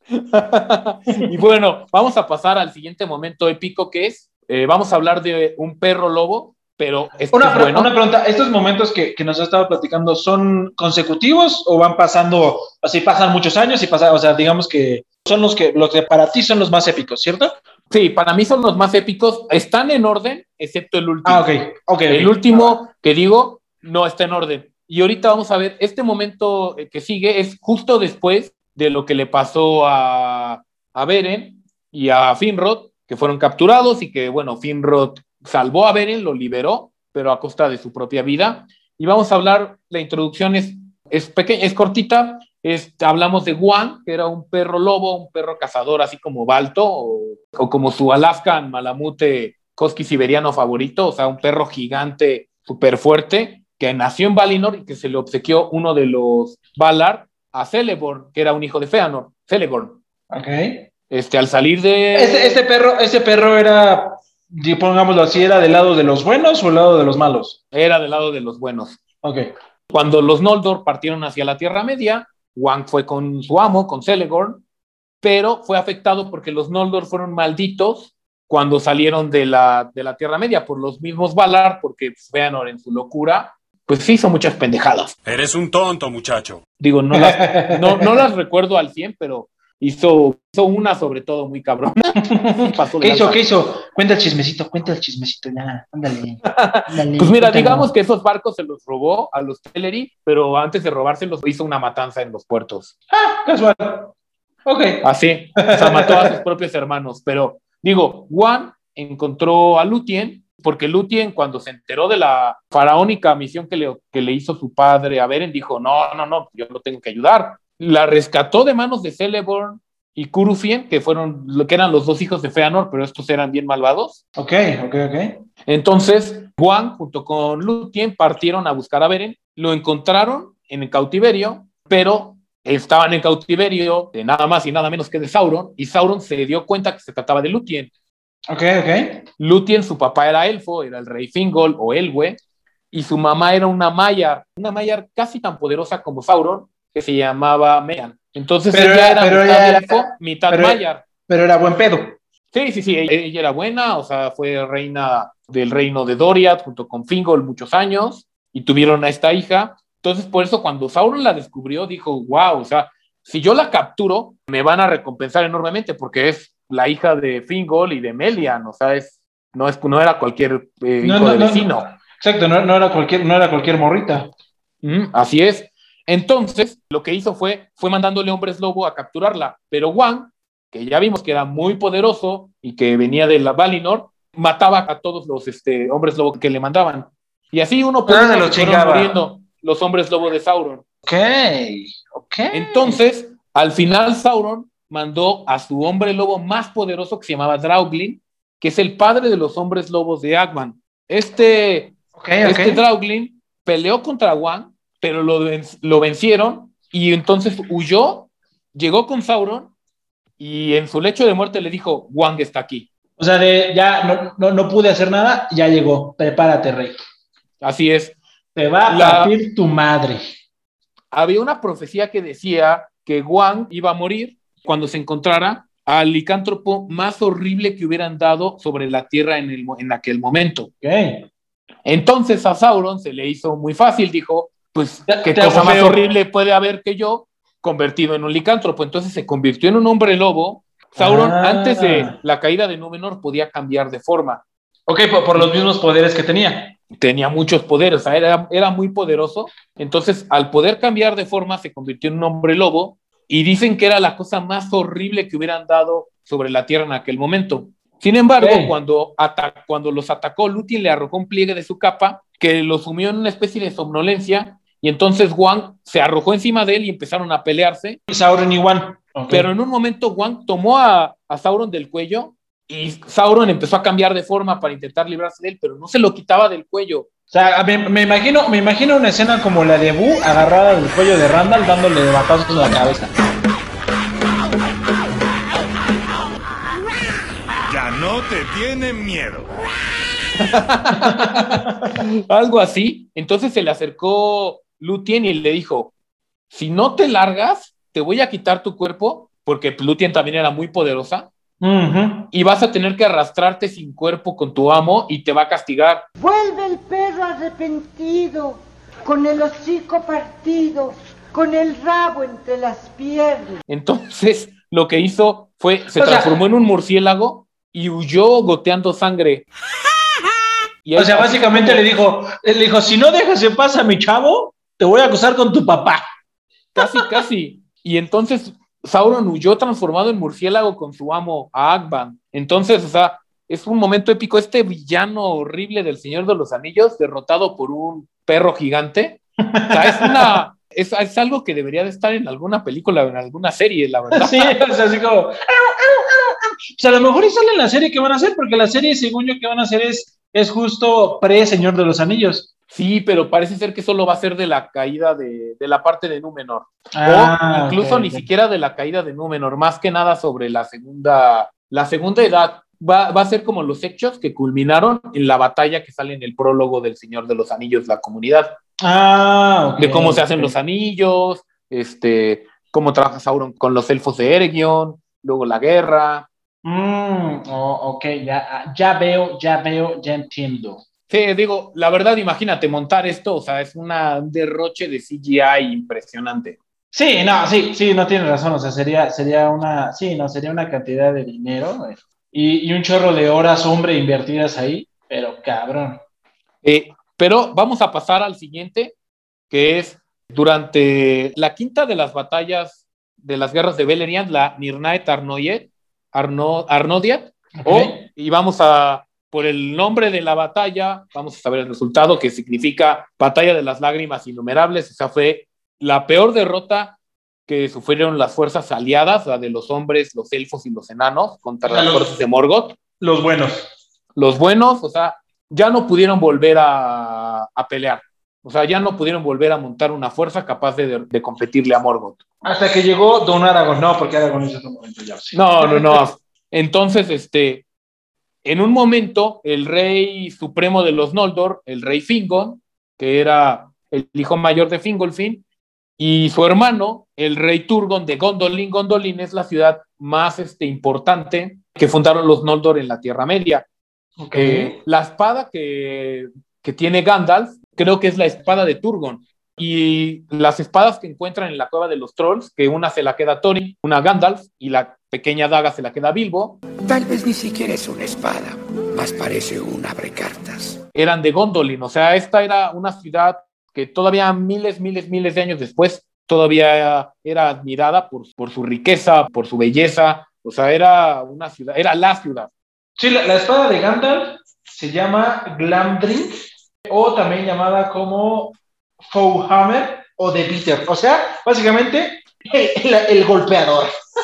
Y bueno, vamos a pasar al siguiente momento épico que es, vamos a hablar de un perro lobo, pero una pregunta, ¿estos momentos que nos has estado platicando son consecutivos o van pasando, así pasan muchos años y pasan, o sea, digamos que son los que para ti son los más épicos, ¿cierto? Sí, para mí son los más épicos, están en orden, excepto el último. Ah, ok. El último que digo no está en orden. Y ahorita vamos a ver, este momento que sigue es justo después de lo que le pasó a Beren y a Finrod, que fueron capturados y que, bueno, Finrod salvó a Beren, lo liberó, pero a costa de su propia vida. Y vamos a hablar, la introducción es pequeña, es cortita. Hablamos de Gwang, que era un perro lobo, un perro cazador, así como Balto, o como su Alaskan Malamute Husky siberiano favorito, o sea, un perro gigante, súper fuerte, que nació en Valinor y que se le obsequió uno de los Valar a Celeborn, que era un hijo de Feanor, Celeborn. Ok. Al salir de... Ese perro era, pongámoslo así, ¿era del lado de los buenos o del lado de los malos? Era del lado de los buenos. Ok. Cuando los Noldor partieron hacia la Tierra Media, Gwang fue con su amo, con Celeborn, pero fue afectado porque los Noldor fueron malditos cuando salieron de la Tierra Media por los mismos Valar, porque Feanor en su locura, pues hizo muchas pendejadas. Eres un tonto, muchacho. Digo, no las recuerdo al 100, pero hizo una sobre todo muy cabrón. ¿Qué hizo? Cuenta el chismecito, ya, ándale. Pues mira, digamos que esos barcos se los robó a los Teleri, pero antes de robárselos hizo una matanza en los puertos. Ah, casual. Ok. Así, o sea, mató a sus propios hermanos, pero digo, Gwang encontró a Lúthien, porque Lúthien, cuando se enteró de la faraónica misión que le hizo su padre a Beren, dijo, no, yo lo tengo que ayudar. La rescató de manos de Celeborn y Curufien, que eran los dos hijos de Feanor, pero estos eran bien malvados. Ok. Entonces, Gwang, junto con Lúthien, partieron a buscar a Beren, lo encontraron en el cautiverio, pero estaban en cautiverio de nada más y nada menos que de Sauron, y Sauron se dio cuenta que se trataba de Lúthien. Ok. Lúthien, su papá era elfo, era el rey Fingol o Elwë, y su mamá era una Maiar casi tan poderosa como Sauron, que se llamaba Melian. Entonces ella era mitad elfo, mitad Maiar. Pero era buen pedo. Sí, ella era buena, o sea, fue reina del reino de Doriath junto con Fingol muchos años y tuvieron a esta hija. Entonces, por eso cuando Sauron la descubrió, dijo, wow, o sea, si yo la capturo, me van a recompensar enormemente porque es la hija de Fingol y de Melian, o sea, no era cualquier hijo de vecino. Exacto, no era cualquier morrita. Así es. Entonces, lo que hizo fue mandándole hombres lobo a capturarla, pero Wang, que ya vimos que era muy poderoso y que venía de la Valinor, mataba a todos los hombres lobo que le mandaban. Y así uno por uno se fueron muriendo los hombres lobo de Sauron. Ok. Entonces, al final Sauron mandó a su hombre lobo más poderoso que se llamaba Drauglin, que es el padre de los hombres lobos de Agman. Este Drauglin peleó contra Wang, pero lo vencieron y entonces huyó, llegó con Sauron y en su lecho de muerte le dijo, Wang está aquí. O sea, ya no pude hacer nada, ya llegó, prepárate, rey. Así es. Te va a partir tu madre. Había una profecía que decía que Wang iba a morir cuando se encontrara al licántropo más horrible que hubieran dado sobre la tierra en aquel momento. Okay. Entonces a Sauron se le hizo muy fácil, dijo, pues, ¿qué cosa más horrible puede haber que yo convertido en un licántropo? Entonces se convirtió en un hombre lobo. Sauron, antes de la caída de Númenor, podía cambiar de forma. Ok, por los mismos poderes que tenía. Tenía muchos poderes, o sea, era muy poderoso. Entonces, al poder cambiar de forma, se convirtió en un hombre lobo y dicen que era la cosa más horrible que hubieran dado sobre la tierra en aquel momento. Sin embargo, cuando los atacó, Lúthien le arrojó un pliegue de su capa que lo sumió en una especie de somnolencia y entonces Wang se arrojó encima de él y empezaron a pelearse. Sauron y Wang. Okay. Pero en un momento Wang tomó a Sauron del cuello y Sauron empezó a cambiar de forma para intentar librarse de él, pero no se lo quitaba del cuello. O sea, me imagino una escena como la de Boo agarrada del cuello de Randall dándole batazos en la cabeza. Ya no te tienen miedo. Algo así. Entonces se le acercó Lúthien y le dijo, si no te largas, te voy a quitar tu cuerpo, porque Lúthien también era muy poderosa, y vas a tener que arrastrarte sin cuerpo con tu amo y te va a castigar. Vuelve el perro arrepentido, con el hocico partido, con el rabo entre las piernas. Entonces lo que hizo fue, se transformó en un murciélago y huyó goteando sangre. O sea, básicamente le dijo, si no dejas en paz a mi chavo, te voy a acusar con tu papá. Casi. Y entonces Sauron huyó transformado en murciélago con su amo, Agban. Entonces, o sea, es un momento épico. Este villano horrible del Señor de los Anillos, derrotado por un perro gigante. O sea, es algo que debería de estar en alguna película o en alguna serie, la verdad. Sí, o sea, así como... O sea, a lo mejor y sale en la serie que van a hacer, porque la serie, según yo, que van a hacer es justo pre-Señor de los Anillos. Sí, pero parece ser que solo va a ser de la caída de la parte de Númenor. O incluso ni siquiera de la caída de Númenor, más que nada sobre la segunda edad. Va a ser como los hechos que culminaron en la batalla que sale en el prólogo del Señor de los Anillos, la comunidad. De cómo se hacen los anillos, cómo trabaja Sauron con los elfos de Eregion, luego la guerra. Ok, ya veo, ya entiendo. Sí, digo, la verdad, imagínate montar esto, o sea, es un derroche de CGI impresionante. Sí, no tienes razón, o sea, sería una cantidad de dinero y un chorro de horas, hombre, invertidas ahí, pero cabrón. Pero vamos a pasar al siguiente, que es durante la quinta de las batallas de las guerras de Beleriand, la Nirnaeth Arnodiad, y vamos a... Por el nombre de la batalla, vamos a saber el resultado, que significa Batalla de las Lágrimas Innumerables. O sea, fue la peor derrota que sufrieron las fuerzas aliadas, la de los hombres, los elfos y los enanos, contra las fuerzas de Morgoth. Los buenos. Los buenos, o sea, ya no pudieron volver a pelear. O sea, ya no pudieron volver a montar una fuerza capaz de competirle a Morgoth. Hasta que llegó Don Aragorn. No, porque Aragorn hizo un momento ya. Sí. No. Entonces, en un momento, el rey supremo de los Noldor, el rey Fingon, que era el hijo mayor de Fingolfin, y su hermano, el rey Turgon de Gondolin. Gondolin es la ciudad más importante que fundaron los Noldor en la Tierra Media. Okay. La espada que tiene Gandalf, creo que es la espada de Turgon. Y las espadas que encuentran en la cueva de los trolls, que una se la queda Thorin, una Gandalf, y la pequeña daga se la queda Bilbo. Tal vez ni siquiera es una espada, más parece un abrecartas. Eran de Gondolin, o sea, esta era una ciudad que todavía miles de años después todavía era admirada por su riqueza, por su belleza, o sea, era una ciudad, era la ciudad. Sí, la espada de Gandalf se llama Glamdring, o también llamada como Fowhammer o The Beater, o sea, básicamente el golpeador.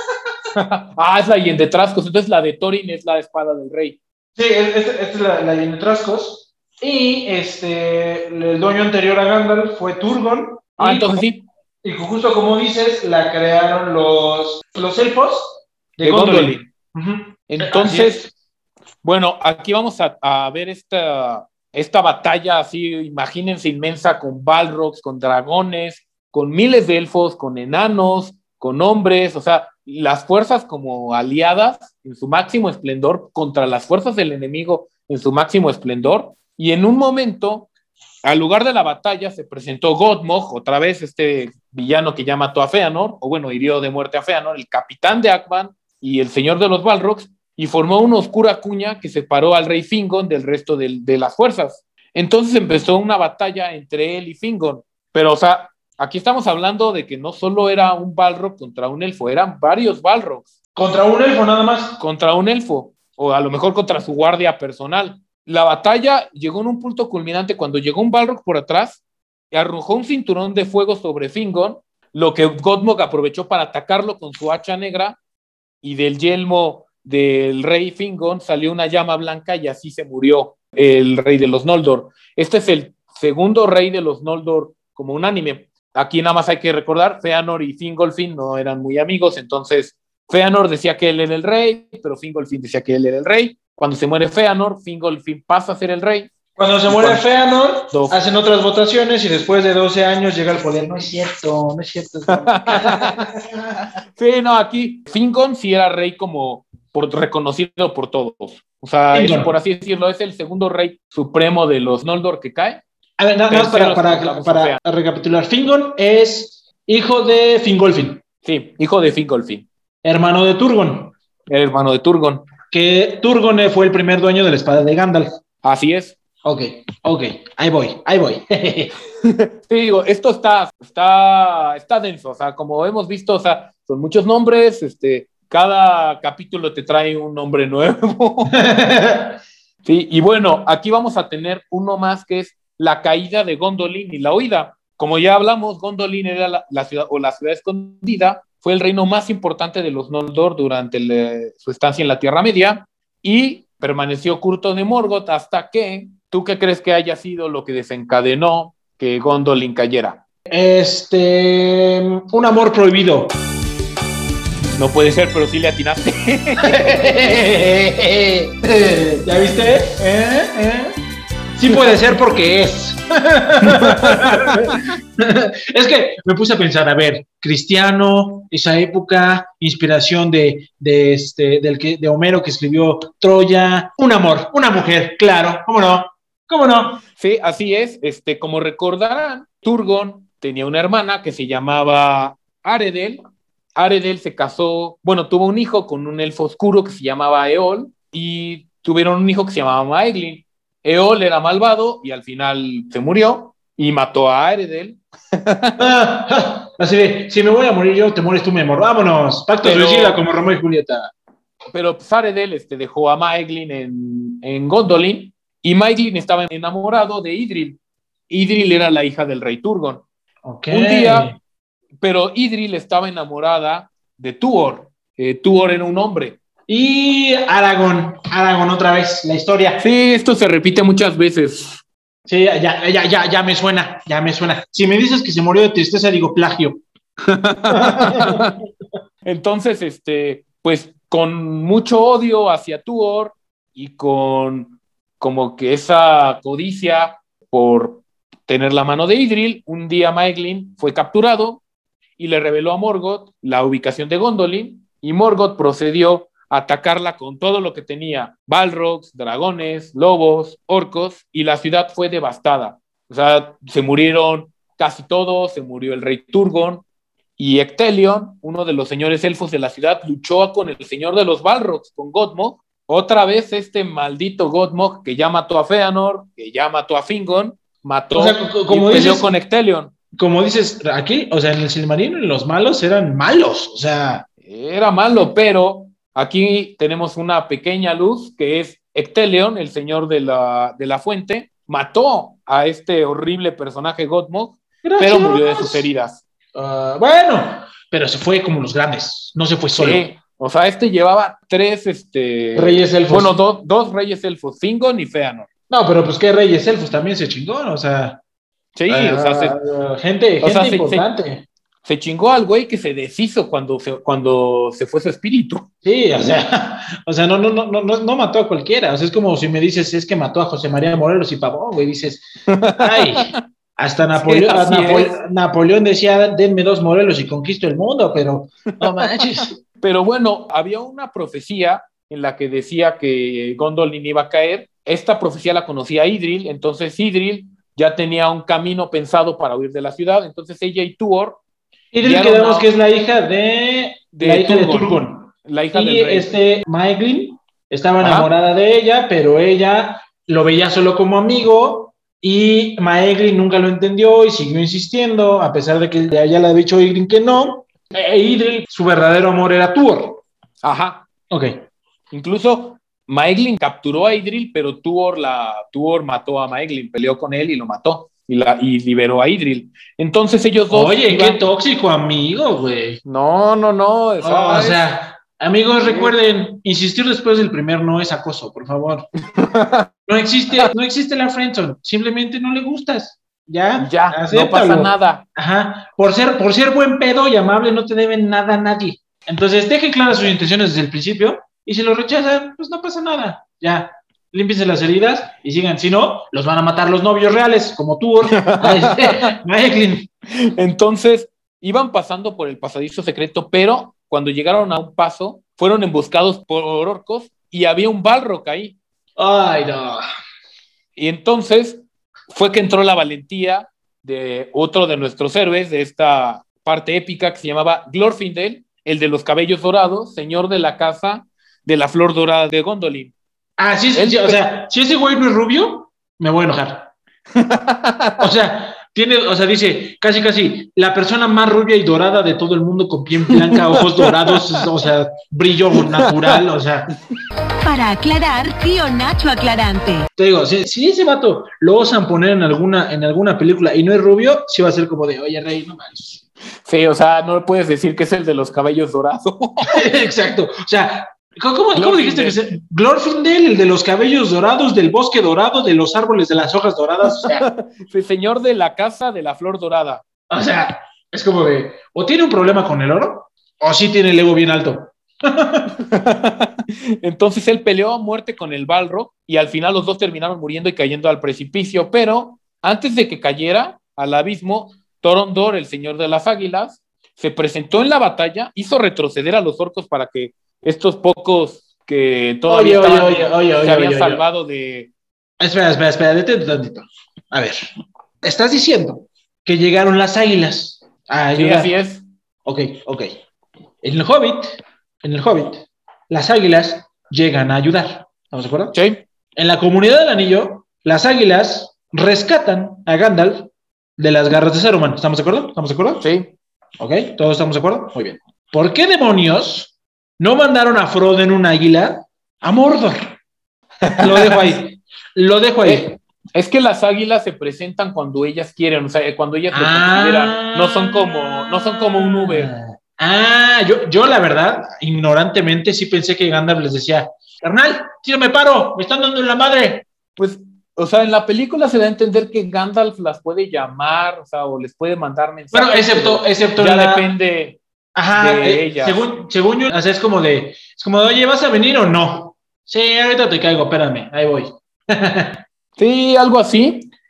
Es la Yendetrascos, entonces la de Thorin es la espada del rey. Sí, esta es la Yendetrascos. Y el dueño anterior a Gandalf fue Turgon. Entonces sí. Y justo como dices, la crearon los elfos de Gondolin. Uh-huh. Entonces, bueno, aquí vamos a ver esta batalla así, imagínense, inmensa, con balrogs, con dragones, con miles de elfos, con enanos, con hombres, o sea, las fuerzas como aliadas en su máximo esplendor contra las fuerzas del enemigo en su máximo esplendor. Y en un momento, al lugar de la batalla, se presentó Godmog, otra vez este villano que ya mató a Fëanor, o bueno, hirió de muerte a Fëanor, el capitán de Akban y el señor de los Balrogs, y formó una oscura cuña que separó al rey Fingon del resto de las fuerzas. Entonces empezó una batalla entre él y Fingon. Pero, o sea, aquí estamos hablando de que no solo era un Balrog contra un elfo, eran varios Balrogs. ¿Contra un elfo nada más? Contra un elfo, o a lo mejor contra su guardia personal. La batalla llegó en un punto culminante cuando llegó un Balrog por atrás y arrojó un cinturón de fuego sobre Fingon, lo que Godmog aprovechó para atacarlo con su hacha negra, y del yelmo del rey Fingon salió una llama blanca y así se murió el rey de los Noldor. Este es el segundo rey de los Noldor como unánime. Aquí nada más hay que recordar, Fëanor y Fingolfin no eran muy amigos, entonces Fëanor decía que él era el rey, pero Fingolfin decía que él era el rey. Cuando se muere Fëanor, Fingolfin pasa a ser el rey. Cuando se muere Fëanor, hacen otras votaciones y después de 12 años llega el poder. No es cierto. Sí, no, aquí Fingon sí era rey como reconocido por todos. O sea, por así decirlo, es el segundo rey supremo de los Noldor que cae. A ver, nada más para recapitular. Fingon es hijo de Fingolfin. Sí, hijo de Fingolfin. Hermano de Turgon. Hermano de Turgon. Que Turgon fue el primer dueño de la espada de Gandalf. Así es. Ok, ahí voy. Sí, digo, esto está denso, o sea, como hemos visto, o sea, son muchos nombres, cada capítulo te trae un nombre nuevo. Sí, y bueno, aquí vamos a tener uno más que es la caída de Gondolin y la huida. Como ya hablamos, Gondolin era la ciudad o la ciudad escondida, fue el reino más importante de los Noldor durante su estancia en la Tierra Media y permaneció oculto de Morgoth hasta que, ¿tú qué crees que haya sido lo que desencadenó que Gondolin cayera? Un amor prohibido. No puede ser, pero sí le atinaste. ¿Ya viste? Sí puede ser porque es. Es que me puse a pensar, a ver, cristiano, esa época, inspiración de Homero que escribió Troya, un amor, una mujer, claro, ¿cómo no? Sí, así es. Como recordarán, Turgon tenía una hermana que se llamaba Aredel. Aredel se casó, bueno, tuvo un hijo con un elfo oscuro que se llamaba Eol y tuvieron un hijo que se llamaba Maeglin. Eol era malvado y al final se murió y mató a Aredel. Así de, si me voy a morir yo, te mueres tú, mi amor. Vámonos, pacto suicida como Romeo y Julieta. Pero pues, Aredel dejó a Maeglin en Gondolin y Maeglin estaba enamorado de Idril. Idril era la hija del rey Turgon. Okay. Un día, pero Idril estaba enamorada de Tuor. Tuor era un hombre. Y Aragorn otra vez, la historia. Sí, esto se repite muchas veces. Sí, ya me suena. Si me dices que se murió de tristeza, digo plagio. Entonces, pues con mucho odio hacia Tuor y con como que esa codicia por tener la mano de Idril. Un día Maeglin fue capturado y le reveló a Morgoth la ubicación de Gondolin, y Morgoth procedió a atacarla con todo lo que tenía: balrogs, dragones, lobos, orcos, y la ciudad fue devastada. O sea, se murieron casi todos, se murió el rey Turgon, y Ectelion, uno de los señores elfos de la ciudad, luchó con el señor de los balrogs, con Godmog. Otra vez este maldito Godmog, que ya mató a Feanor, que ya mató a Fingon, mató, O sea, como y peleó dices, con Ectelion. Como dices, aquí, o sea, en el Silmarillion los malos eran malos, o sea... Era malo, pero aquí tenemos una pequeña luz, que es Ectelion, el señor de la fuente, mató a este horrible personaje Godmog, pero murió de sus heridas. Bueno, pero se fue como los grandes, no se fue solo. Sí, o sea, llevaba tres reyes elfos. Bueno, dos reyes elfos, Fingon y Feanor. No, pero pues qué reyes elfos también se chingó, o sea... Sí, o sea, gente importante. Se chingó al güey que se deshizo cuando se fue su espíritu. Sí, o sea, no mató a cualquiera. O sea, es como si me dices, es que mató a José María Morelos y Pavón, güey. Dices, ay, hasta Napoleón decía, denme 2 Morelos y conquisto el mundo, pero no manches. Pero bueno, había una profecía en la que decía que Gondolin iba a caer. Esta profecía la conocía Idril, entonces Idril ya tenía un camino pensado para huir de la ciudad. Entonces ella y Tuor... Idril quedamos que es la hija de Turgon. La hija y del rey. Maeglin estaba enamorada de ella, pero ella lo veía solo como amigo, y Maeglin nunca lo entendió y siguió insistiendo, a pesar de que ya le había dicho a Idril que no. Idril, su verdadero amor era Tuor. Ajá. Ok. Incluso Maeglin capturó a Idril, pero Tuor mató a Maeglin, peleó con él y lo mató. Y liberó a Idril. Entonces ellos dos... Oye, qué tóxico amigo, güey. No. O sea, amigos, recuerden, insistir después del primer no es acoso, por favor. No existe la friendzone, simplemente no le gustas. Ya, no pasa nada. Ajá, por ser buen pedo y amable no te deben nada a nadie. Entonces, dejen claras sus intenciones desde el principio, y si lo rechazan, pues no pasa nada. Ya, límpiense las heridas y sigan. Si no, los van a matar los novios reales, como Tuor, Maeglin. Entonces, iban pasando por el pasadizo secreto, pero cuando llegaron a un paso, fueron emboscados por orcos y había un Balrog ahí. Ay, no. Y entonces fue que entró la valentía de otro de nuestros héroes de esta parte épica, que se llamaba Glorfindel, el de los cabellos dorados, señor de la casa de la flor dorada de Gondolin. Ah, sí, o sea, si ese güey no es rubio, me voy a enojar. O sea, dice, casi, la persona más rubia y dorada de todo el mundo, con piel blanca, ojos dorados, o sea, brillo natural, o sea. Para aclarar, tío Nacho aclarante. Te digo, si ese vato lo osan poner en alguna película y no es rubio, sí va a ser como de, oye, rey, no manches. Sí, o sea, no puedes decir que es el de los cabellos dorados. Exacto, o sea... ¿Cómo dijiste que es? Glorfindel, el de los cabellos dorados, del bosque dorado, de los árboles de las hojas doradas, o sea. Sí, señor de la casa de la flor dorada. O sea, es como de, o tiene un problema con el oro, o sí tiene el ego bien alto. Entonces él peleó a muerte con el Balrog y al final los dos terminaron muriendo y cayendo al precipicio, pero antes de que cayera al abismo, Torondor, el señor de las águilas, se presentó en la batalla, hizo retroceder a los orcos para que estos pocos que todavía se habían salvado de... Espera, detente tantito. A ver, estás diciendo que llegaron las águilas a ayudar. Sí, así es. Ok. En el Hobbit, las águilas llegan a ayudar. ¿Estamos de acuerdo? Sí. En la Comunidad del Anillo, las águilas rescatan a Gandalf de las garras de Saruman. ¿Estamos de acuerdo? Sí. Ok, ¿todos estamos de acuerdo? Muy bien. ¿Por qué demonios no mandaron a Frodo en un águila a Mordor? Lo dejo ahí. Es que las águilas se presentan cuando ellas quieren, o sea, cuando ellas lo consideran. No son como un Uber. Yo la verdad, ignorantemente sí pensé que Gandalf les decía, carnal, si no me paro, me están dando en la madre. Pues, o sea, en la película se da a entender que Gandalf las puede llamar, o sea, o les puede mandar mensajes. Bueno, excepto ya depende de ellas. Según yo, o sea, es como de, oye, ¿vas a venir o no? Sí, ahorita te caigo, espérame, ahí voy. Sí, algo así.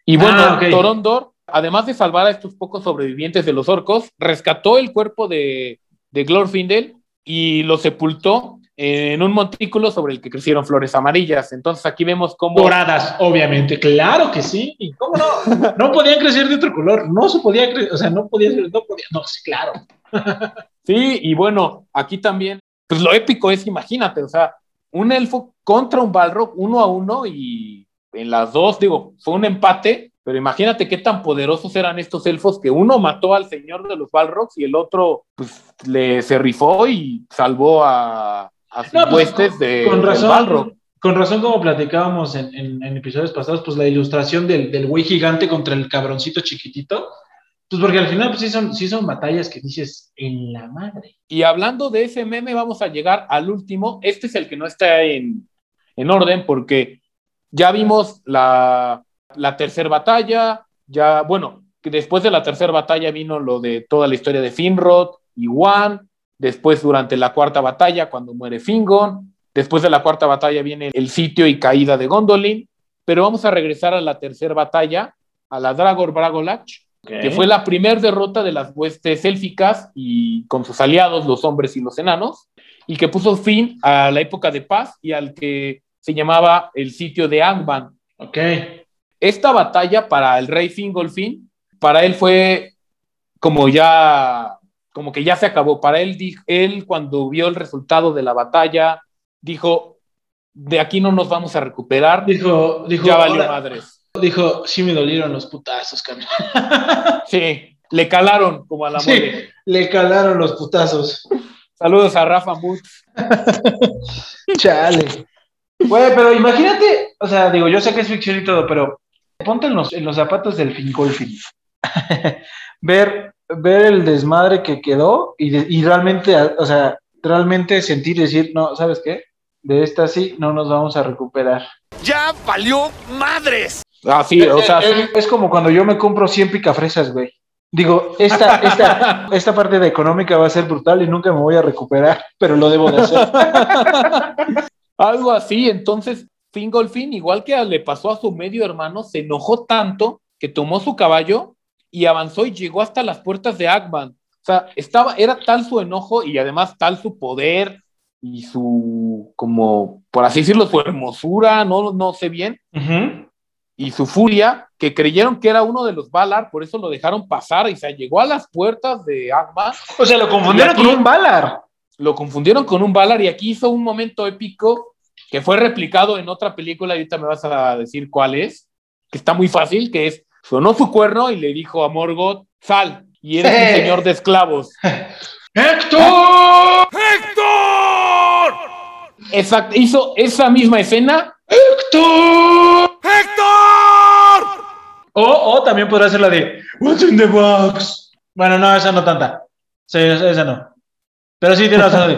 Y bueno, ok. Torondor, además de salvar a estos pocos sobrevivientes de los orcos, rescató el cuerpo de Glorfindel y lo sepultó en un montículo sobre el que crecieron flores amarillas. Entonces aquí vemos cómo... Doradas, obviamente, claro que sí. ¿Cómo no? No podían crecer de otro color, no se podía crecer, o sea, no podía, no, sí, claro. Sí, y bueno, aquí también, pues lo épico es, imagínate, o sea, un elfo contra un Balrog 1-1 y en las dos, digo, fue un empate, pero imagínate qué tan poderosos eran estos elfos que uno mató al señor de los Balrogs y el otro, pues, se rifó y salvó a sus huestes con del razón, Balrog. con razón, como platicábamos en episodios pasados, pues la ilustración del güey gigante contra el cabroncito chiquitito, pues porque al final pues sí son batallas que dices en la madre. Y hablando de ese meme, vamos a llegar al último. Este es el que no está en orden porque ya vimos la tercera batalla, ya, bueno, que después de la tercera batalla vino lo de toda la historia de Finrod y Wan, después durante la cuarta batalla cuando muere Fingon, después de la cuarta batalla viene el sitio y caída de Gondolin, pero vamos a regresar a la tercera batalla, a la Dragor Bragolach, que fue la primera derrota de las huestes élficas y con sus aliados, los hombres y los enanos, y que puso fin a la época de paz y al que se llamaba el sitio de Angband. Ok. Esta batalla para el rey Fingolfin, para él fue como que ya se acabó. Para él, él cuando vio el resultado de la batalla, dijo, de aquí no nos vamos a recuperar. Dijo ya valió madres. Dijo, sí me dolieron los putazos, cabrón. Sí, le calaron como a la mole. Sí, le calaron los putazos. Saludos a Rafa Mutz. Chale. Güey, pero imagínate, o sea, digo, yo sé que es ficción y todo, pero ponte en los zapatos del Fingolfin. ver el desmadre que quedó y realmente, o sea, realmente sentir, decir, no, ¿sabes qué? De esta sí no nos vamos a recuperar. ¡Ya valió madres! Ah, sí, o sea... Es como cuando yo me compro 100 picafresas, güey. Digo, esta parte de económica va a ser brutal y nunca me voy a recuperar, pero lo debo de hacer. Algo así, entonces Fingolfin, igual que le pasó a su medio hermano, se enojó tanto que tomó su caballo y avanzó y llegó hasta las puertas de Angband. O sea, era tal su enojo y además tal su poder y su, como, por así decirlo, su hermosura, no sé bien, y su furia, que creyeron que era uno de los Valar, por eso lo dejaron pasar, y se llegó a las puertas de Angband. O sea, lo confundieron con un Valar. Lo confundieron con un Valar, y aquí hizo un momento épico que fue replicado en otra película, y ahorita me vas a decir cuál es, que está muy fácil, que es, sonó su cuerno y le dijo a Morgoth, sal, y eres un señor de esclavos. ¡Héctor! ¡Héctor! Exacto, hizo esa misma escena. ¡Héctor! ¡Héctor! O también podrá ser la de What's in the box? Bueno, no, esa no tanta. Sí, esa no. Pero sí tiene la de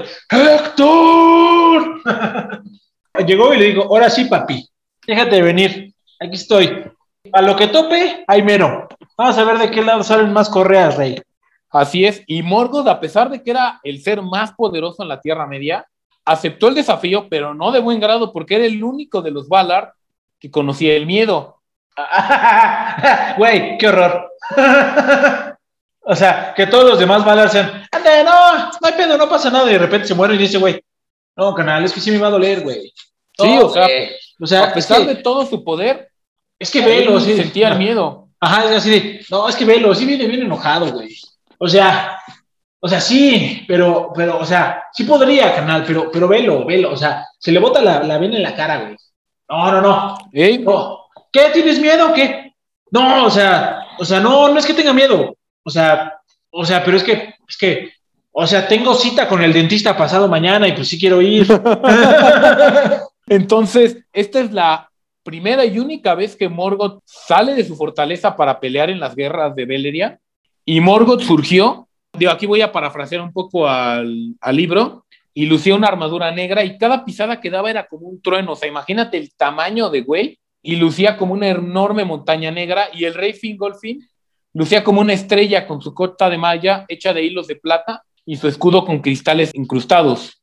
¡Héctor! Llegó y le dijo, ahora sí, papi, déjate venir, aquí estoy. A lo que tope, ahí mero. Vamos a ver de qué lado salen más correas, rey. Así es, y Morgoth, a pesar de que era el ser más poderoso en la Tierra Media, aceptó el desafío, pero no de buen grado, porque era el único de los Valar que conocía el miedo. Güey, qué horror. O sea, que todos los demás Valar sean, ande, no hay pedo, no pasa nada, y de repente se muere y dice, güey, no, canal, es que sí me va a doler, güey. Sí, no, o sea, a pesar de todo su poder, es que velo, sí. Sentía el miedo. Ajá, es así de, no, es que velo, sí viene bien enojado, güey. O sea, sí, pero, o sea, sí podría, canal, pero velo, o sea, se le bota la vena en la cara, güey. No. No. ¿Qué? ¿Tienes miedo o qué? No, o sea, no es que tenga miedo. O sea, pero es que, o sea, tengo cita con el dentista pasado mañana y pues sí quiero ir. Entonces, esta es la primera y única vez que Morgoth sale de su fortaleza para pelear en las guerras de Beleriand. Y Morgoth surgió, aquí voy a parafrasear un poco al libro, y lucía una armadura negra y cada pisada que daba era como un trueno. O sea, imagínate el tamaño de güey, y lucía como una enorme montaña negra, y el rey Fingolfin lucía como una estrella con su cota de malla hecha de hilos de plata y su escudo con cristales incrustados.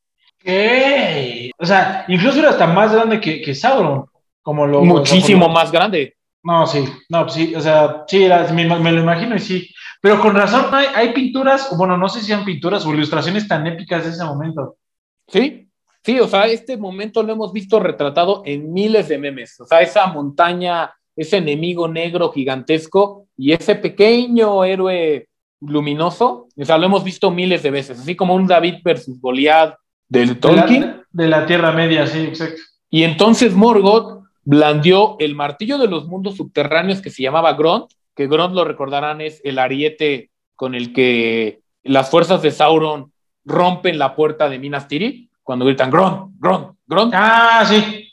¿Qué? O sea, incluso era hasta más grande que Sauron. Muchísimo más grande. No, sí, no, pues sí, o sea, sí, me lo imagino y sí. Pero con razón hay pinturas, bueno, no sé si sean pinturas o ilustraciones tan épicas de ese momento. Sí, sí, o sea, este momento lo hemos visto retratado en miles de memes. O sea, esa montaña, ese enemigo negro gigantesco y ese pequeño héroe luminoso, o sea, lo hemos visto miles de veces, así como un David versus Goliat del Tolkien. De la Tierra Media, sí, exacto. Y entonces Morgoth blandió el martillo de los mundos subterráneos que se llamaba Grond, que Grond, lo recordarán, es el ariete con el que las fuerzas de Sauron rompen la puerta de Minas Tirith cuando gritan Grond, Grond, Grond. Ah, sí.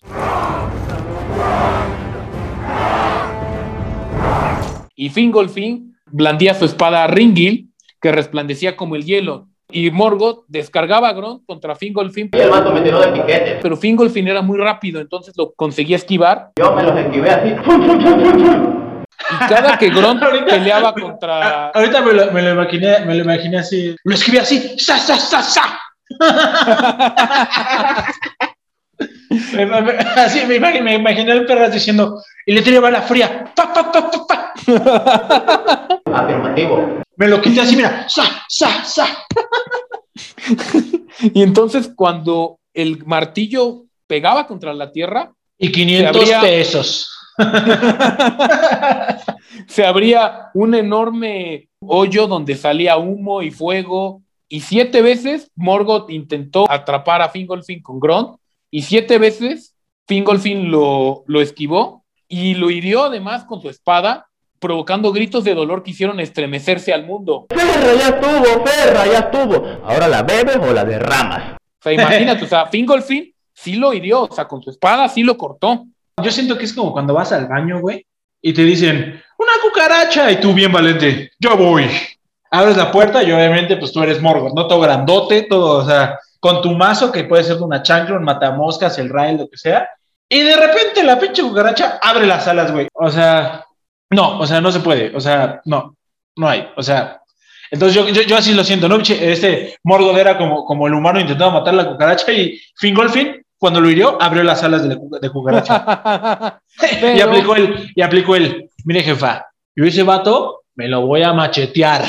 Y Fingolfin blandía su espada Ringil, que resplandecía como el hielo. Y Morgoth descargaba a Grond contra Fingolfin. Y el vato me tiró de piquete. Pero Fingolfin era muy rápido, entonces lo conseguía esquivar. Yo me los esquivé así. Y cada que Grond peleaba contra... Ahorita me lo imaginé así. Lo escribí así. ¡Sa, sa, sa, sa! Así me imaginé al perro diciendo, y le tiré bala fría. ¡Pa, pa, pa, pa, pa! Afirmativo. Me lo quité así, mira. ¡Sa, sa, sa! Y entonces cuando el martillo pegaba contra la tierra... Y 500 pesos. Se abría un enorme hoyo donde salía humo y fuego, y 7 veces Morgoth intentó atrapar a Fingolfin con Grond, y 7 veces Fingolfin lo esquivó y lo hirió además con su espada, provocando gritos de dolor que hicieron estremecerse al mundo. Ferra, ya estuvo. ¿Ahora la bebes o la derramas? O sea, imagínate, o sea, Fingolfin sí lo hirió, o sea, con su espada sí lo cortó. Yo siento que es como cuando vas al baño, güey, y te dicen, una cucaracha, y tú bien valiente, yo voy. Abres la puerta y obviamente pues tú eres Morgoth, ¿no? Todo grandote, todo, o sea, con tu mazo que puede ser de una chancla, un matamoscas, el rail, lo que sea, y de repente la pinche cucaracha abre las alas, güey. O sea, no se puede, o sea, no hay, o sea, entonces yo así lo siento, ¿no? Morgoth era como el humano intentando matar la cucaracha y Fingolfin, cuando lo hirió, abrió las alas de cucaracha. Pero... y aplicó el, mire jefa, yo ese vato me lo voy a machetear.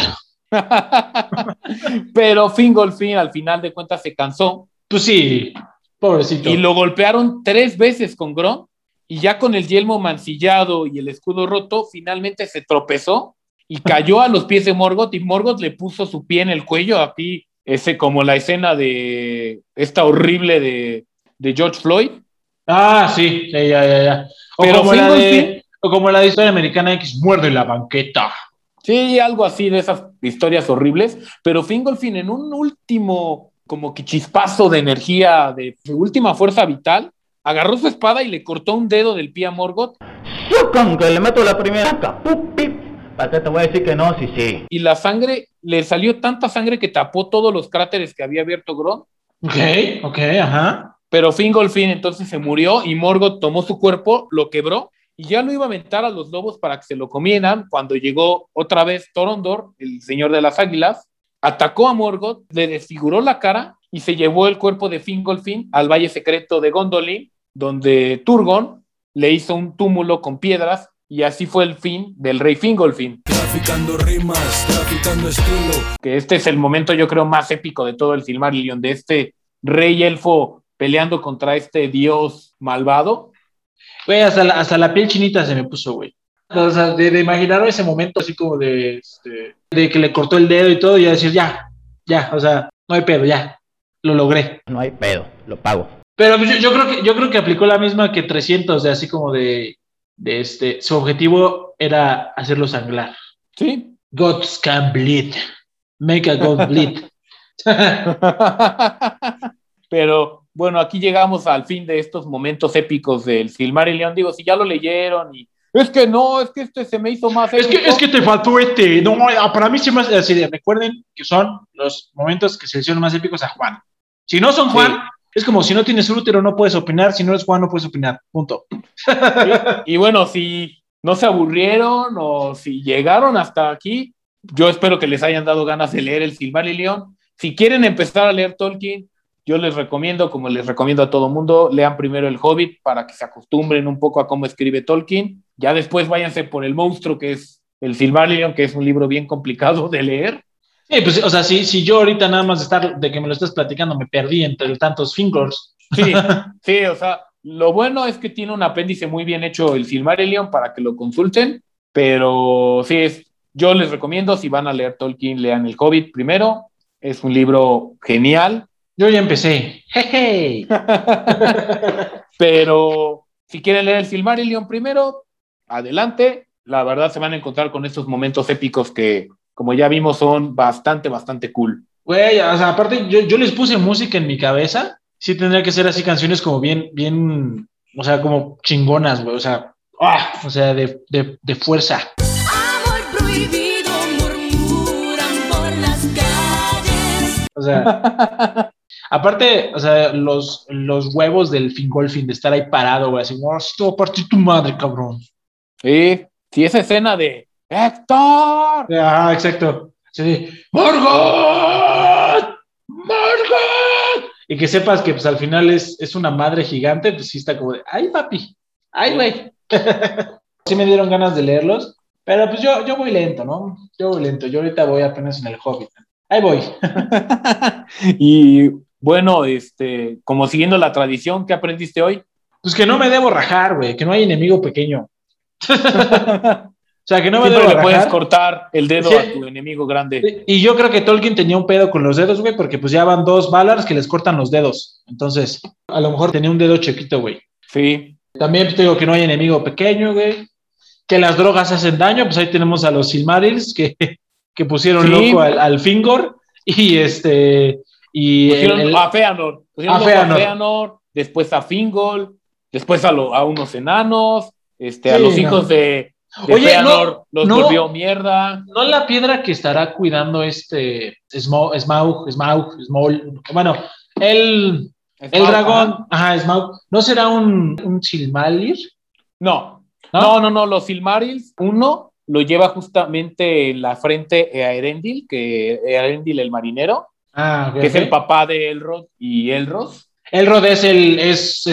Pero Fingolfin al final de cuentas se cansó. Pues sí, pobrecito. Y lo golpearon 3 veces con Grond, y ya con el yelmo mancillado y el escudo roto, finalmente se tropezó y cayó a los pies de Morgoth, y Morgoth le puso su pie en el cuello, aquí, como la escena de esta horrible de George Floyd. Ah, sí, ya. Pero como la de historia americana X, muerde la banqueta. Sí, algo así de esas historias horribles, pero Fingolfin en un último como que chispazo de energía, de su última fuerza vital, agarró su espada y le cortó un dedo del pie a Morgoth. ¡Sucan! Que le meto la primera capupip. ¿Para qué te voy a decir que no? Sí. Y la sangre, le salió tanta sangre que tapó todos los cráteres que había abierto Grond. Ok, ajá. Pero Fingolfin entonces se murió y Morgoth tomó su cuerpo, lo quebró y ya lo iba a aventar a los lobos para que se lo comieran cuando llegó otra vez Thorondor, el señor de las águilas, atacó a Morgoth, le desfiguró la cara y se llevó el cuerpo de Fingolfin al valle secreto de Gondolin, donde Turgon le hizo un túmulo con piedras y así fue el fin del rey Fingolfin. Traficando rimas, traficando estilo. Que este es el momento yo creo más épico de todo el Silmarillion, de este rey elfo peleando contra este dios malvado. Güey, hasta la piel chinita se me puso, güey. O sea, de imaginar ese momento así como de que le cortó el dedo y todo, y decir, ya, o sea, no hay pedo, ya, lo logré. No hay pedo, lo pago. Pero yo creo que aplicó la misma que 300, de así como su objetivo era hacerlo sangrar. Sí. Gods can bleed. Make a god bleed. Pero bueno, aquí llegamos al fin de estos momentos épicos del Silmarillion. Digo, si ya lo leyeron y es que este se me hizo más épico. Es que te faltó no, para mí sí más así, recuerden que son los momentos que seleccionan más épicos a Juan. Si no son Juan, es como si no tienes útero no puedes opinar, si no eres Juan no puedes opinar, punto. Y bueno, si no se aburrieron o si llegaron hasta aquí, yo espero que les hayan dado ganas de leer el Silmarillion. Si quieren empezar a leer Tolkien, yo les recomiendo, como les recomiendo a todo mundo, lean primero El Hobbit para que se acostumbren un poco a cómo escribe Tolkien. Ya después váyanse por El Monstruo, que es el Silmarillion, que es un libro bien complicado de leer. Sí, pues, o sea, si yo ahorita nada más de que me lo estás platicando me perdí entre tantos fingers. Sí, o sea, lo bueno es que tiene un apéndice muy bien hecho el Silmarillion para que lo consulten, pero sí, yo les recomiendo, si van a leer Tolkien, lean El Hobbit primero. Es un libro genial. Yo ya empecé. ¡Hey! Pero si quieren leer el Silmarillion primero, adelante. La verdad se van a encontrar con estos momentos épicos que, como ya vimos, son bastante cool. Güey, o sea, aparte yo les puse música en mi cabeza. Sí tendría que ser así canciones como bien, o sea, como chingonas, güey. O sea, de fuerza. Amor prohibido murmuran por las calles. O sea, aparte, o sea, los huevos del Fingolfin de estar ahí parado, güey, así, si te voy a partir tu madre, cabrón. Sí, esa escena de ¡Héctor! Ah, exacto. Sí, ¡Morgoth! Y que sepas que pues al final es una madre gigante, pues sí está como de, ¡ay, papi! ¡Ay, güey! Sí me dieron ganas de leerlos, pero pues yo voy lento, ¿no? Yo ahorita voy apenas en El Hobbit. Ahí voy. Y bueno, como siguiendo la tradición, ¿qué aprendiste hoy? Pues que no me debo rajar, güey, que no hay enemigo pequeño. O sea, que no me Siempre debo le rajar. puedes cortar el dedo Sí. a tu enemigo grande. Y yo creo que Tolkien tenía un pedo con los dedos, güey, porque pues ya van 2 Valars que les cortan los dedos. Entonces, a lo mejor tenía un dedo chiquito, güey. Sí. También te digo que no hay enemigo pequeño, güey. Que las drogas hacen daño, pues ahí tenemos a los Silmarils que pusieron loco al Fingor y Pusieron a Feanor. Pusieron loco a Feanor, después a Fingol, después a unos enanos, a los hijos de Feanor los volvió mierda. No la piedra que estará cuidando Smaug, bueno, el dragón, Smaug, ¿no será un Silmaril? No, los Silmarils, uno lo lleva justamente en la frente a Elendil, Elendil el marinero, que es el papá de Elrond y Elros. Elrond es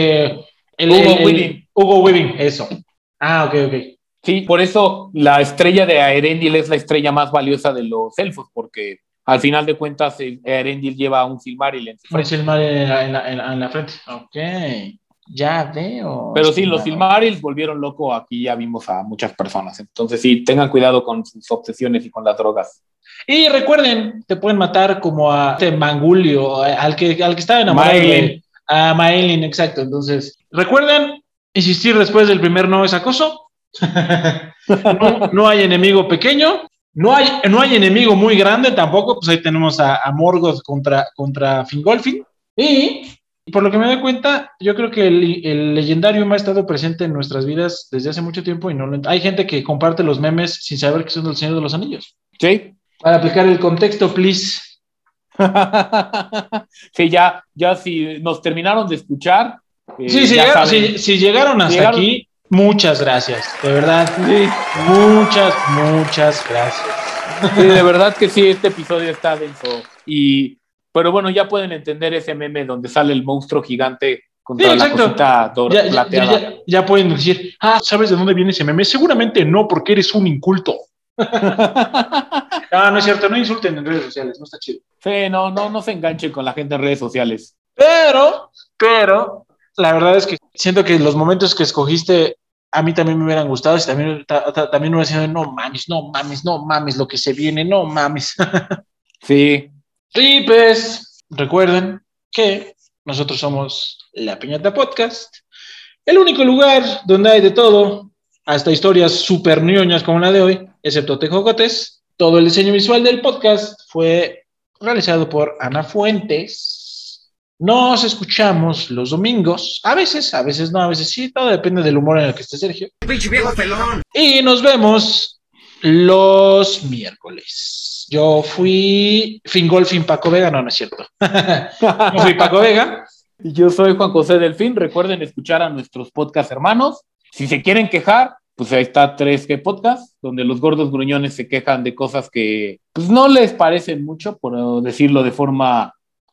Hugo Weaving, eso. Ah, ok. Sí, por eso la estrella de Aerendil es la estrella más valiosa de los elfos, porque al final de cuentas Aerendil lleva un Silmaril en su frente. Un Silmaril en la frente. Ok, ya veo. Pero sí, los Silmarils volvieron loco, aquí ya vimos a muchas personas. Entonces sí, tengan cuidado con sus obsesiones y con las drogas. Y recuerden, te pueden matar como a Mangulio, al que estaba enamorado a Maelin, exacto. Entonces, recuerden, insistir después del primer no es acoso. No hay enemigo pequeño, no hay enemigo muy grande tampoco, pues ahí tenemos a Morgoth contra Fingolfin. Y por lo que me doy cuenta, yo creo que el legendario ha estado presente en nuestras vidas desde hace mucho tiempo y hay gente que comparte los memes sin saber que son del Señor de los Anillos. Sí. Para aplicar el contexto, please. Sí, ya si nos terminaron de escuchar. Si llegaron hasta aquí, muchas gracias, de verdad. Sí. Muchas gracias. Sí, de verdad que sí, este episodio está denso. Pero bueno, ya pueden entender ese meme donde sale el monstruo gigante contra la cosita plateada. Ya pueden decir, ¿sabes de dónde viene ese meme? Seguramente no, porque eres un inculto. No es cierto, no insulten en redes sociales, no está chido. Sí, no se enganchen con la gente en redes sociales. Pero, la verdad es que siento que los momentos que escogiste a mí también me hubieran gustado. Y también me hubiera sido, no mames, lo que se viene, no mames. Sí. Y pues, recuerden que nosotros somos La Piñata Podcast, el único lugar donde hay de todo, hasta historias súper ñoñas como la de hoy, excepto tejocotes. Todo el diseño visual del podcast fue realizado por Ana Fuentes. Nos escuchamos los domingos, a veces no, a veces sí, todo depende del humor en el que esté Sergio. ¡Pinche viejo pelón! Y nos vemos los miércoles. Yo fui Fingolfin Paco Vega, no es cierto. Yo fui Paco Vega. Yo soy Juan José Delfín. Recuerden escuchar a nuestros podcast hermanos. Si se quieren quejar, pues ahí está 3G Podcast, donde los gordos gruñones se quejan de cosas que pues no les parecen mucho, por decirlo de forma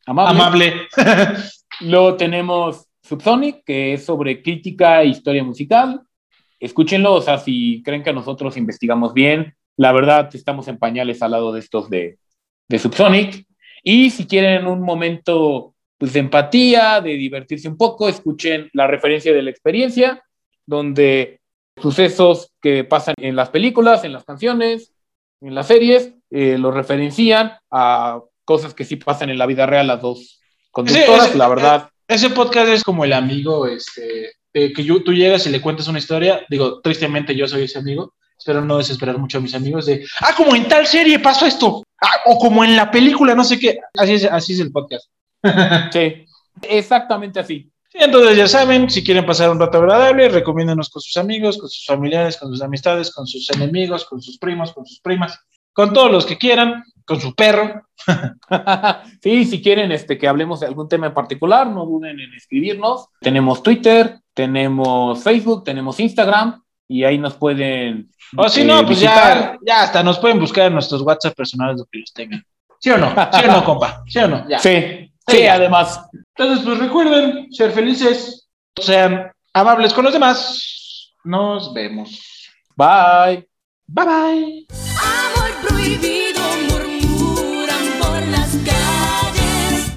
Amable. Luego tenemos Subsonic, que es sobre crítica e historia musical. Escúchenlo, o sea, si creen que nosotros investigamos bien, la verdad estamos en pañales al lado de estos de Subsonic. Y si quieren un momento pues, de empatía, de divertirse un poco, escuchen La referencia de la experiencia, donde sucesos que pasan en las películas, en las canciones, en las series, los referencian a cosas que sí pasan en la vida real, las dos conductoras, la verdad. Ese podcast es como el amigo, que tú llegas y le cuentas una historia, digo, tristemente yo soy ese amigo, espero no desesperar mucho a mis amigos como en tal serie pasó esto, o como en la película, no sé qué, así es el podcast. Sí, exactamente así. Sí, entonces ya saben, si quieren pasar un rato agradable, recomiéndanos con sus amigos, con sus familiares, con sus amistades, con sus enemigos, con sus primos, con sus primas, con todos los que quieran, con su perro. Sí, si quieren que hablemos de algún tema en particular, no duden en escribirnos. Tenemos Twitter, tenemos Facebook, tenemos Instagram y ahí nos pueden o si no, pues visitar. ya hasta nos pueden buscar en nuestros WhatsApp personales lo que los tengan. ¿Sí o no? ¿Sí o no, compa? ¿Sí o no? Ya. Sí, además. Entonces, pues recuerden ser felices, sean amables con los demás. Nos vemos. Bye. Bye, bye. Amor prohibido murmuran por las calles.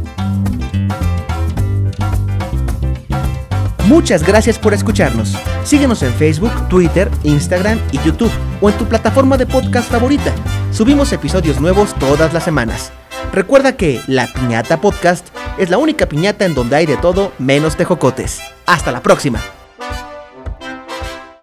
Muchas gracias por escucharnos. Síguenos en Facebook, Twitter, Instagram y YouTube o en tu plataforma de podcast favorita. Subimos episodios nuevos todas las semanas. Recuerda que La Piñata Podcast es la única piñata en donde hay de todo menos tejocotes. ¡Hasta la próxima!